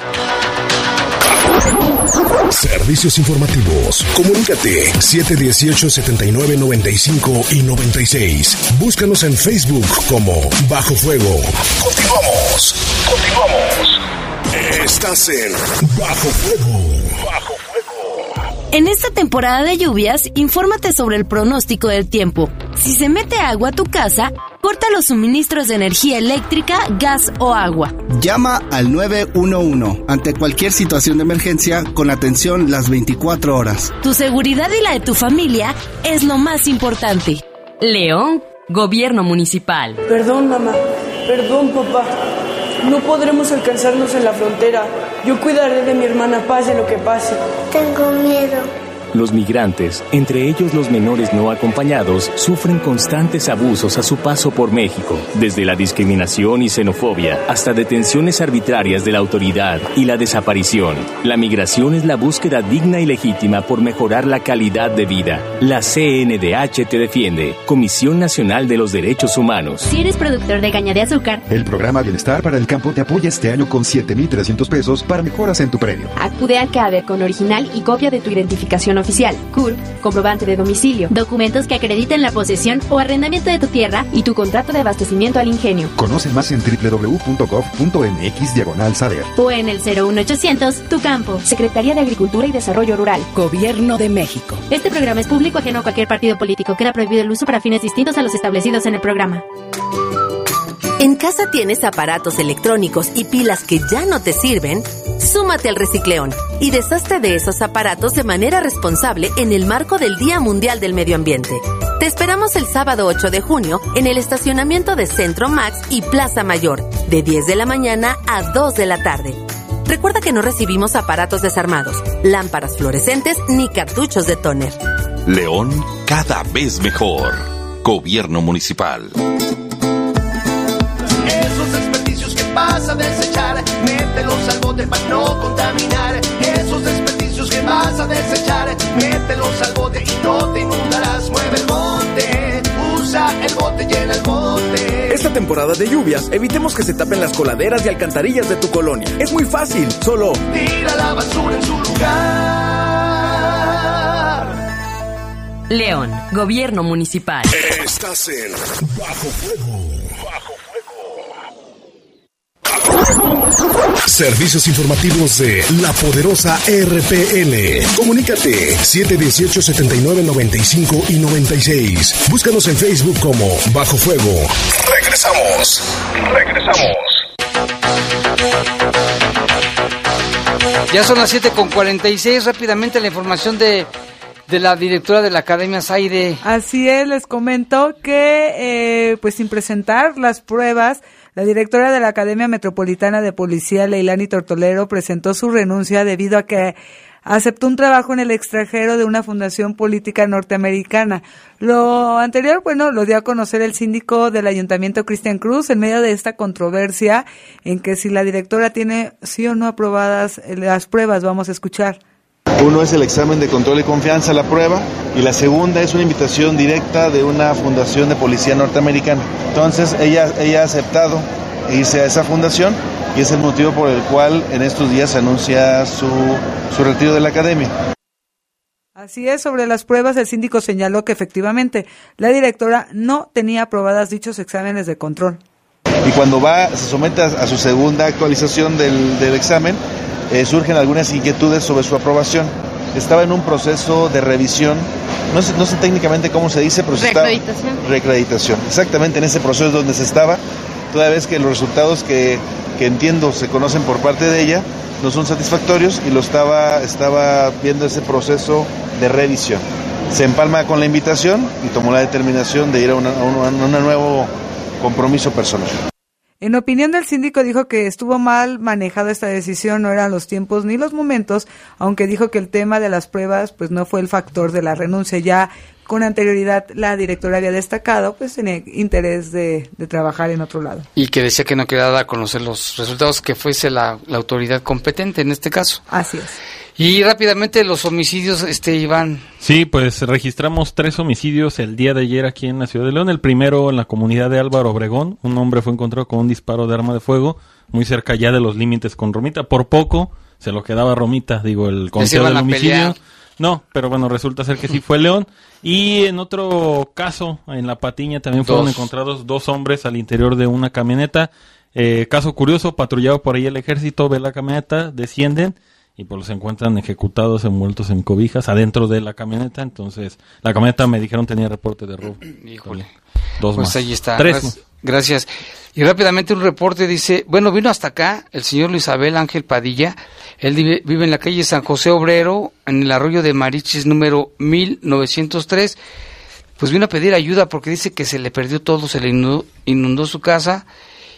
Servicios informativos. Comunícate siete dieciocho, setenta y nueve, noventa y cinco y noventa y seis. Búscanos en Facebook como Bajo Fuego. Continuamos. Continuamos. Estás en Bajo Fuego. Bajo Fuego. En esta temporada de lluvias, infórmate sobre el pronóstico del tiempo. Si se mete agua a tu casa, corta los suministros de energía eléctrica, gas o agua. Llama al nueve uno uno ante cualquier situación de emergencia con atención las veinticuatro horas. Tu seguridad y la de tu familia es lo más importante. León, Gobierno Municipal. Perdón, mamá. Perdón, papá. no podremos alcanzarnos en la frontera. Yo cuidaré de mi hermana pase lo que pase. Tengo miedo. Los migrantes, entre ellos los menores no acompañados, sufren constantes abusos a su paso por México, desde la discriminación y xenofobia hasta detenciones arbitrarias de la autoridad y la desaparición. La migración es la búsqueda digna y legítima por mejorar la calidad de vida. La C N D H te defiende. Comisión Nacional de los Derechos Humanos. Si eres productor de caña de azúcar, el programa Bienestar para el Campo te apoya este año con siete mil trescientos pesos para mejoras en tu predio. Acude al CADER con original y copia de tu identificación oficial. Oficial, C U R P, comprobante de domicilio, documentos que acrediten la posesión o arrendamiento de tu tierra y tu contrato de abastecimiento al ingenio. Conoce más en doble u doble u doble u punto gov punto m x diagonal saber o en el cero uno ochocientos Tu Campo. Secretaría de Agricultura y Desarrollo Rural. Gobierno de México. Este programa es público ajeno a cualquier partido político. Queda prohibido el uso para fines distintos a los establecidos en el programa. ¿En casa tienes aparatos electrónicos y pilas que ya no te sirven? Súmate al Recicleón y deshazte de esos aparatos de manera responsable en el marco del Día Mundial del Medio Ambiente. Te esperamos el sábado ocho de junio en el estacionamiento de Centro Max y Plaza Mayor, de diez de la mañana a dos de la tarde. Recuerda que no recibimos aparatos desarmados, lámparas fluorescentes ni cartuchos de tóner. León, cada vez mejor. Gobierno Municipal. Vas a desechar, mételos al bote para no contaminar. Esos desperdicios que vas a desechar, mételos al bote y no te inundarás. Mueve el bote, usa el bote, llena el bote. Esta temporada de lluvias, evitemos que se tapen las coladeras y alcantarillas de tu colonia. Es muy fácil, solo tira la basura en su lugar. León, Gobierno Municipal. Estás en Bajo Fuego. Bajo Servicios informativos de la poderosa R P L. Comunícate siete uno ocho, setenta y nueve, noventa y cinco y noventa y seis. Búscanos en Facebook como Bajo Fuego. Regresamos. Regresamos. Ya son las siete con cuarenta y seis. Rápidamente la información de, de la directora de la Academia Zaide. Así es, les comento que eh, pues sin presentar las pruebas, la directora de la Academia Metropolitana de Policía, Leilani Tortolero, presentó su renuncia debido a que aceptó un trabajo en el extranjero de una fundación política norteamericana. Lo anterior, bueno, lo dio a conocer el síndico del Ayuntamiento, Cristian Cruz, en medio de esta controversia en que si la directora tiene sí o no aprobadas las pruebas. Vamos a escuchar. Uno es el examen de control y confianza, la prueba, y la segunda es una invitación directa de una fundación de policía norteamericana. Entonces ella, ella ha aceptado irse a esa fundación y es el motivo por el cual en estos días anuncia su, su retiro de la academia. Así es, sobre las pruebas el síndico señaló que efectivamente la directora no tenía aprobadas dichos exámenes de control. Y cuando va, se somete a, a su segunda actualización del, del examen, Eh, surgen algunas inquietudes sobre su aprobación. Estaba en un proceso de revisión, no sé, no sé técnicamente cómo se dice, pero estaba... Reacreditación. Reacreditación. Exactamente en ese proceso es donde se estaba, toda vez que los resultados que, que entiendo se conocen por parte de ella no son satisfactorios y lo estaba, estaba viendo ese proceso de revisión. Se empalma con la invitación y tomó la determinación de ir a, una, a, un, a un nuevo compromiso personal. En opinión del síndico, dijo que estuvo mal manejada esta decisión, no eran los tiempos ni los momentos, aunque dijo que el tema de las pruebas pues no fue el factor de la renuncia. Ya con anterioridad la directora había destacado, pues tenía interés de, de trabajar en otro lado. Y que decía que no quería dar a conocer los resultados, que fuese la, la autoridad competente en este caso. Así es. Y rápidamente los homicidios, este Iván. Sí, pues registramos tres homicidios el día de ayer aquí en la ciudad de León. El primero en la comunidad de Álvaro Obregón. Un hombre fue encontrado con un disparo de arma de fuego muy cerca ya de los límites con Romita. Por poco se lo quedaba Romita, digo, el conteo del homicidio. No, pero bueno, resulta ser que sí fue León. Y en otro caso, en La Patiña, también fueron dos. encontrados dos hombres al interior de una camioneta. Eh, caso curioso, patrullado por ahí el ejército, ve la camioneta, descienden y pues los encuentran ejecutados, envueltos en cobijas adentro de la camioneta. Entonces, la camioneta, me dijeron, tenía reporte de robo. Híjole. Dos pues más. ahí está. Tres. Gracias. Gracias. Y rápidamente un reporte dice, bueno, vino hasta acá el señor Luis Abel Ángel Padilla. Él vive, vive en la calle San José Obrero, en el arroyo de Marichis número mil novecientos tres. Pues vino a pedir ayuda porque dice que se le perdió todo, se le inundó, inundó su casa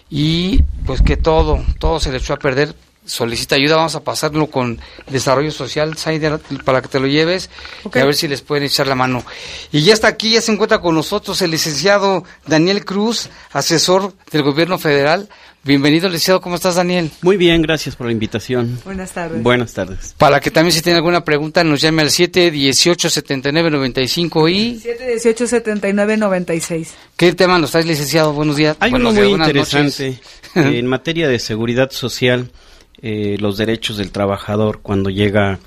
y pues que todo, todo se le echó a perder. Solicita ayuda, vamos a pasarlo con Desarrollo Social, Saider, para que te lo lleves, okay. Y a ver si les pueden echar la mano. Y ya está aquí, ya se encuentra con nosotros el licenciado Daniel Cruz, asesor del Gobierno Federal. Bienvenido, licenciado, ¿cómo estás, Daniel? Muy bien, gracias por la invitación. Buenas tardes. Buenas tardes. Para que también si tiene alguna pregunta nos llame al siete dieciocho, setenta y nueve, noventa y cinco y... siete dieciocho, setenta y nueve, noventa y seis. ¿Qué tema nos traes, licenciado? Buenos días. Hay Buenos uno muy días, interesante en materia de seguridad social. Eh, los derechos del trabajador cuando llega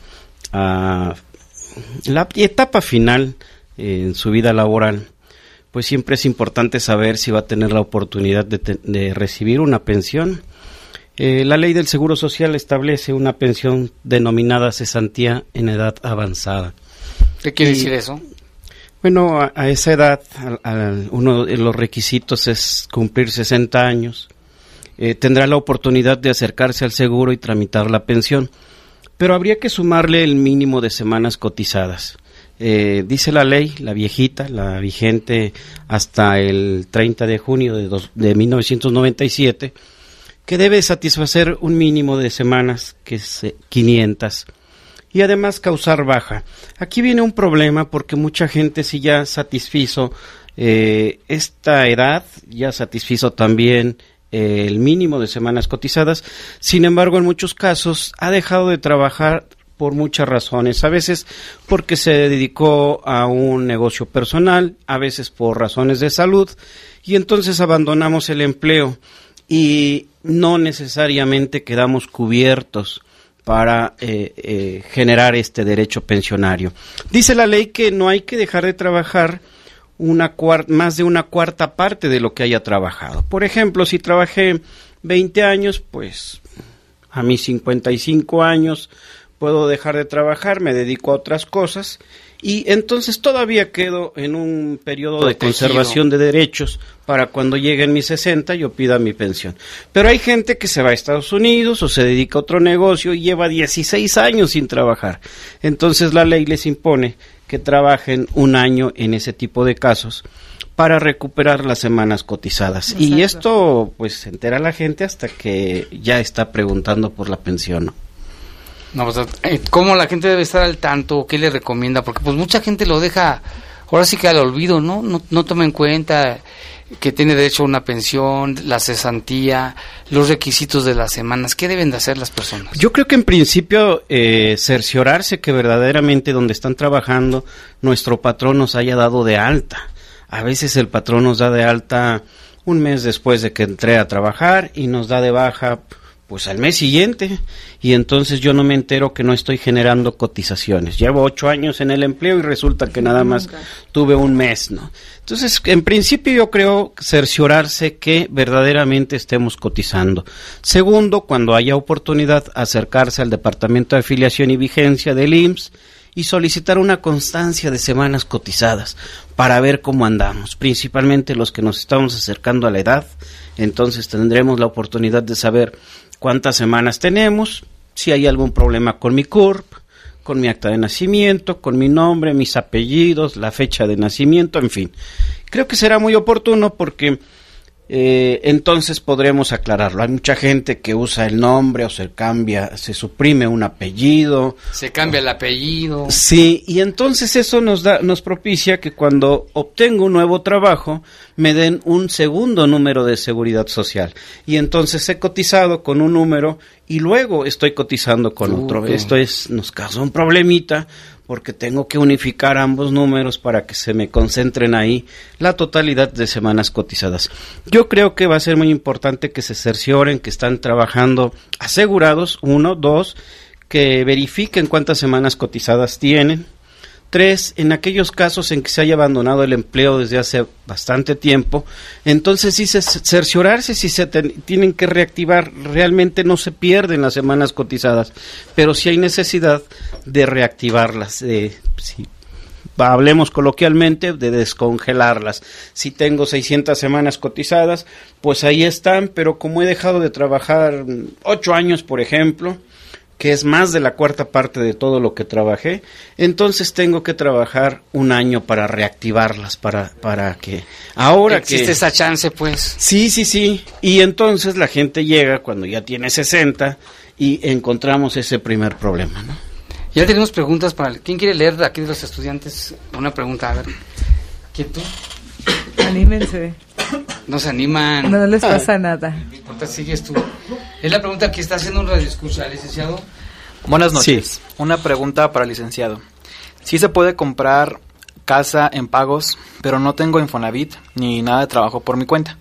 a la etapa final eh, en su vida laboral, pues siempre es importante saber si va a tener la oportunidad de, te, de recibir una pensión. Eh, la ley del Seguro Social establece una pensión denominada cesantía en edad avanzada. ¿Qué quiere y, decir eso? Bueno, a, a esa edad, a, a uno de los requisitos es cumplir sesenta años. Eh, tendrá la oportunidad de acercarse al seguro y tramitar la pensión, pero habría que sumarle el mínimo de semanas cotizadas. Eh, dice la ley, la viejita, la vigente hasta el treinta de junio de, dos, de mil novecientos noventa y siete, que debe satisfacer un mínimo de semanas, que es eh, quinientas, y además causar baja. Aquí viene un problema porque mucha gente sí ya satisfizo eh, esta edad, ya satisfizo también el mínimo de semanas cotizadas. Sin embargo, en muchos casos ha dejado de trabajar por muchas razones, a veces porque se dedicó a un negocio personal, a veces por razones de salud, y entonces abandonamos el empleo y no necesariamente quedamos cubiertos para eh, eh, generar este derecho pensionario. Dice la ley que no hay que dejar de trabajar una cuarta, más de una cuarta parte de lo que haya trabajado. Por ejemplo, si trabajé veinte años, pues a mis cincuenta y cinco años puedo dejar de trabajar, me dedico a otras cosas y entonces todavía quedo en un periodo de conservación de derechos para cuando lleguen mis sesenta yo pida mi pensión. Pero hay gente que se va a Estados Unidos o se dedica a otro negocio y lleva dieciséis años sin trabajar. Entonces la ley les impone que trabajen un año en ese tipo de casos para recuperar las semanas cotizadas. Exacto. Y esto pues se entera la gente hasta que ya está preguntando por la pensión, ¿no? No, pues, ¿cómo la gente debe estar al tanto? ¿Qué le recomienda? Porque pues mucha gente lo deja, ahora sí que al olvido, ¿no? No, no toma en cuenta que tiene derecho a una pensión, la cesantía, los requisitos de las semanas. ¿Qué deben de hacer las personas? Yo creo que en principio eh, cerciorarse que verdaderamente donde están trabajando nuestro patrón nos haya dado de alta. A veces el patrón nos da de alta un mes después de que entré a trabajar y nos da de baja pues al mes siguiente, y entonces yo no me entero que no estoy generando cotizaciones. Llevo ocho años en el empleo y resulta que nada más tuve un mes, ¿no? Entonces, en principio yo creo cerciorarse que verdaderamente estemos cotizando. Segundo, cuando haya oportunidad, acercarse al Departamento de Afiliación y Vigencia del I M S S y solicitar una constancia de semanas cotizadas para ver cómo andamos, principalmente los que nos estamos acercando a la edad. Entonces tendremos la oportunidad de saber cuántas semanas tenemos, si hay algún problema con mi C U R P, con mi acta de nacimiento, con mi nombre, mis apellidos, la fecha de nacimiento, en fin. Creo que será muy oportuno porque eh, entonces podremos aclararlo. Hay mucha gente que usa el nombre o se cambia, se suprime un apellido. Se cambia el apellido. Sí, y entonces eso nos da, nos propicia que cuando obtengo un nuevo trabajo me den un segundo número de seguridad social. Y entonces he cotizado con un número y luego estoy cotizando con uh, otro. Esto es, nos causa un problemita porque tengo que unificar ambos números para que se me concentren ahí la totalidad de semanas cotizadas. Yo creo que va a ser muy importante que se cercioren que están trabajando asegurados, uno, dos, que verifiquen cuántas semanas cotizadas tienen. Tres, en aquellos casos en que se haya abandonado el empleo desde hace bastante tiempo, entonces sí se, cerciorarse si se ten, tienen que reactivar, realmente no se pierden las semanas cotizadas, pero sí hay necesidad de reactivarlas, eh, si hablemos coloquialmente, de descongelarlas. Si tengo seiscientas semanas cotizadas, pues ahí están, pero como he dejado de trabajar ocho años, por ejemplo, que es más de la cuarta parte de todo lo que trabajé, entonces tengo que trabajar un año para reactivarlas, para, para que ahora existe que... esa chance, pues. Sí, sí, sí, y entonces la gente llega cuando ya tiene sesenta y encontramos ese primer problema, ¿no? Ya tenemos preguntas para... ¿Quién quiere leer de aquí de los estudiantes? Una pregunta, a ver. ¿Quién tú? Anímense. No se animan. No les pasa ah. nada. No importa, sigues tú. Es la pregunta que está haciendo un radioescucha, licenciado. Buenas noches. Sí. Una pregunta para el licenciado. ¿Sí se puede comprar casa en pagos, pero no tengo Infonavit ni nada de trabajo por mi cuenta?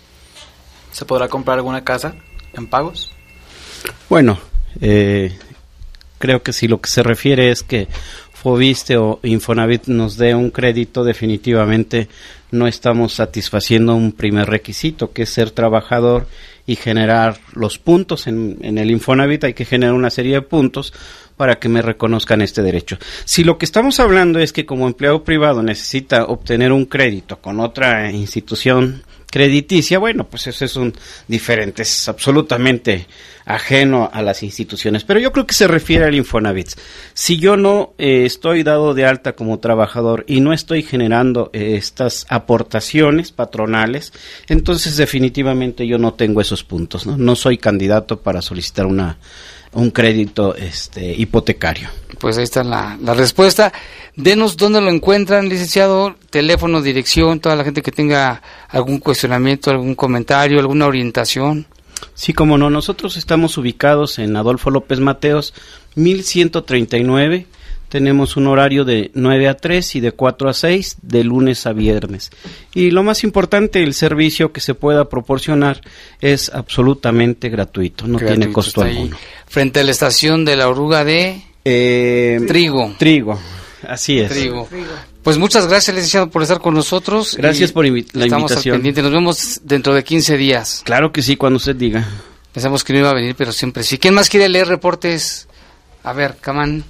¿Se podrá comprar alguna casa en pagos? Bueno, eh, creo que si lo que se refiere es que Fobiste o Infonavit nos dé un crédito, definitivamente no estamos satisfaciendo un primer requisito, que es ser trabajador y generar los puntos. En, en el Infonavit hay que generar una serie de puntos para que me reconozcan este derecho. Si lo que estamos hablando es que como empleado privado necesita obtener un crédito con otra institución crediticia, bueno, pues eso es un diferente, es absolutamente ajeno a las instituciones, pero yo creo que se refiere al Infonavit. Si yo no eh, estoy dado de alta como trabajador y no estoy generando eh, estas aportaciones patronales, entonces definitivamente yo no tengo esos puntos, ¿no? No soy candidato para solicitar una un crédito este hipotecario. Pues ahí está la, la respuesta. Denos dónde lo encuentran, licenciado, teléfono, dirección, toda la gente que tenga algún cuestionamiento, algún comentario, alguna orientación. Sí, como no, nosotros estamos ubicados en Adolfo López Mateos, mil ciento treinta y nueve, tenemos un horario de nueve a tres y de cuatro a seis, de lunes a viernes. Y lo más importante, el servicio que se pueda proporcionar es absolutamente gratuito, no gratuito, tiene costo alguno. Frente a la estación de la oruga de eh, Trigo. Trigo, así es. Trigo. Pues muchas gracias, licenciado, por estar con nosotros. Gracias por invi- la estamos invitación. Al pendiente. Nos vemos dentro de quince días. Claro que sí, cuando usted diga. Pensamos que no iba a venir, pero siempre sí. ¿Quién más quiere leer reportes? A ver, Camán.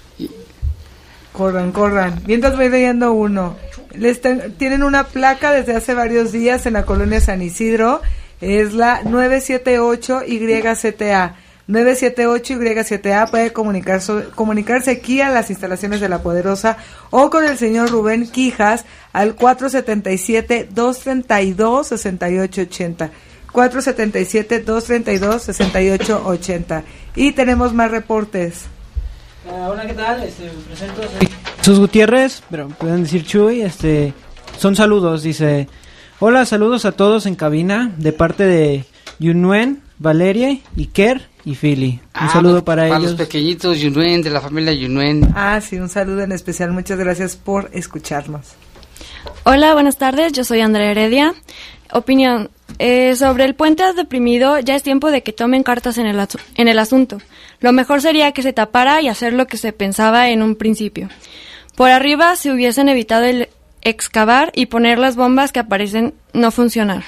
Corran, corran. Mientras voy leyendo uno. Les ten, tienen una placa desde hace varios días en la colonia San Isidro. Es la nueve siete ocho Y Z T A. nueve siete ocho Y Z T A. Puede comunicarse, comunicarse aquí a las instalaciones de La Poderosa o con el señor Rubén Quijas al cuatro siete siete, dos tres dos, seis ocho ocho cero. cuatro siete siete, dos tres dos, seis ocho ocho cero. Y tenemos más reportes. Uh, hola, ¿qué tal? Este, me presento, soy Jesús Gutiérrez, pero pueden decir Chuy. Este, son saludos, dice: hola, saludos a todos en cabina, de parte de Yunuen, Valeria, Iker y Philly. Un ah, saludo para, para ellos. Para los pequeñitos Yunuen, de la familia Yunuen. Ah, sí, un saludo en especial. Muchas gracias por escucharnos. Hola, buenas tardes, yo soy Andrea Heredia. Opinión, eh, sobre el puente deprimido, ya es tiempo de que tomen cartas en el, asu- en el asunto. Lo mejor sería que se tapara y hacer lo que se pensaba en un principio. Por arriba se hubiesen evitado el excavar y poner las bombas que aparecen no funcionar.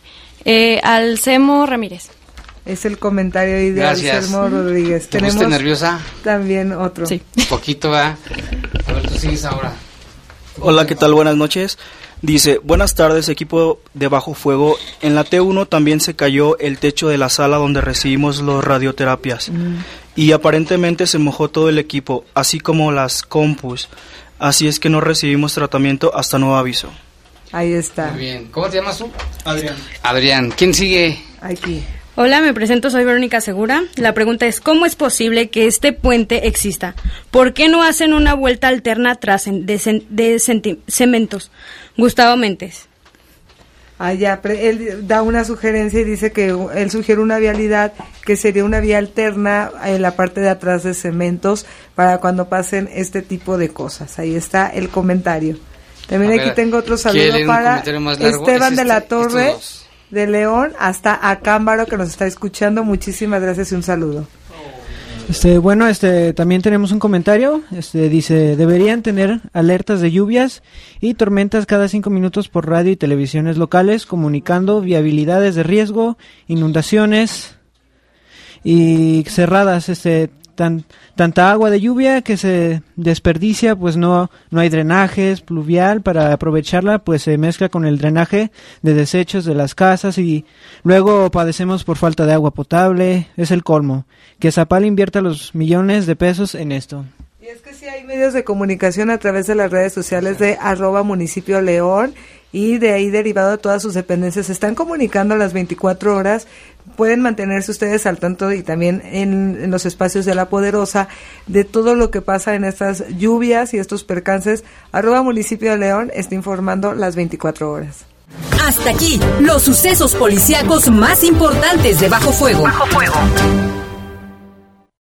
Eh, al Cemo Ramírez. Es el comentario ahí de Anselmo Rodríguez. ¿Te Tenemos gusta nerviosa? También otro. Sí. Un poquito, ¿va? A ver, tú sigues ahora. Hola, ¿qué tal? Buenas noches. Dice: buenas tardes, equipo de Bajo Fuego. En la T uno también se cayó el techo de la sala donde recibimos las radioterapias. Mm. Y aparentemente se mojó todo el equipo, así como las compus. Así es que no recibimos tratamiento hasta nuevo aviso. Ahí está. Muy bien. ¿Cómo te llamas tú? Adrián. Adrián. ¿Quién sigue? Aquí. Hola, me presento, soy Verónica Segura. La pregunta es: ¿cómo es posible que este puente exista? ¿Por qué no hacen una vuelta alterna tras en, de, cen, de centi, cementos? Gustavo Méndez. Ah, ya, él da una sugerencia y dice que él sugiere una vialidad que sería una vía alterna en la parte de atrás de cementos para cuando pasen este tipo de cosas. Ahí está el comentario. También a aquí ver, tengo otro saludo para Esteban de la Torre de León hasta Acámbaro, que nos está escuchando. Muchísimas gracias y un saludo. Este, bueno, este, también tenemos un comentario. Este, dice: deberían tener alertas de lluvias y tormentas cada cinco minutos por radio y televisiones locales, comunicando viabilidades de riesgo, inundaciones y cerradas. Este, tan, tanta agua de lluvia que se desperdicia, pues no, no hay drenajes pluvial para aprovecharla, pues se mezcla con el drenaje de desechos de las casas y luego padecemos por falta de agua potable. Es el colmo, que Zapala invierta los millones de pesos en esto. Y es que sí hay medios de comunicación a través de las redes sociales de arroba municipio León, y de ahí derivado de todas sus dependencias se están comunicando a las veinticuatro horas. Pueden mantenerse ustedes al tanto y también en, en los espacios de La Poderosa de todo lo que pasa en estas lluvias y estos percances. Arroba municipio de León está informando las veinticuatro horas. Hasta aquí los sucesos policíacos más importantes de Bajo Fuego. Bajo Fuego.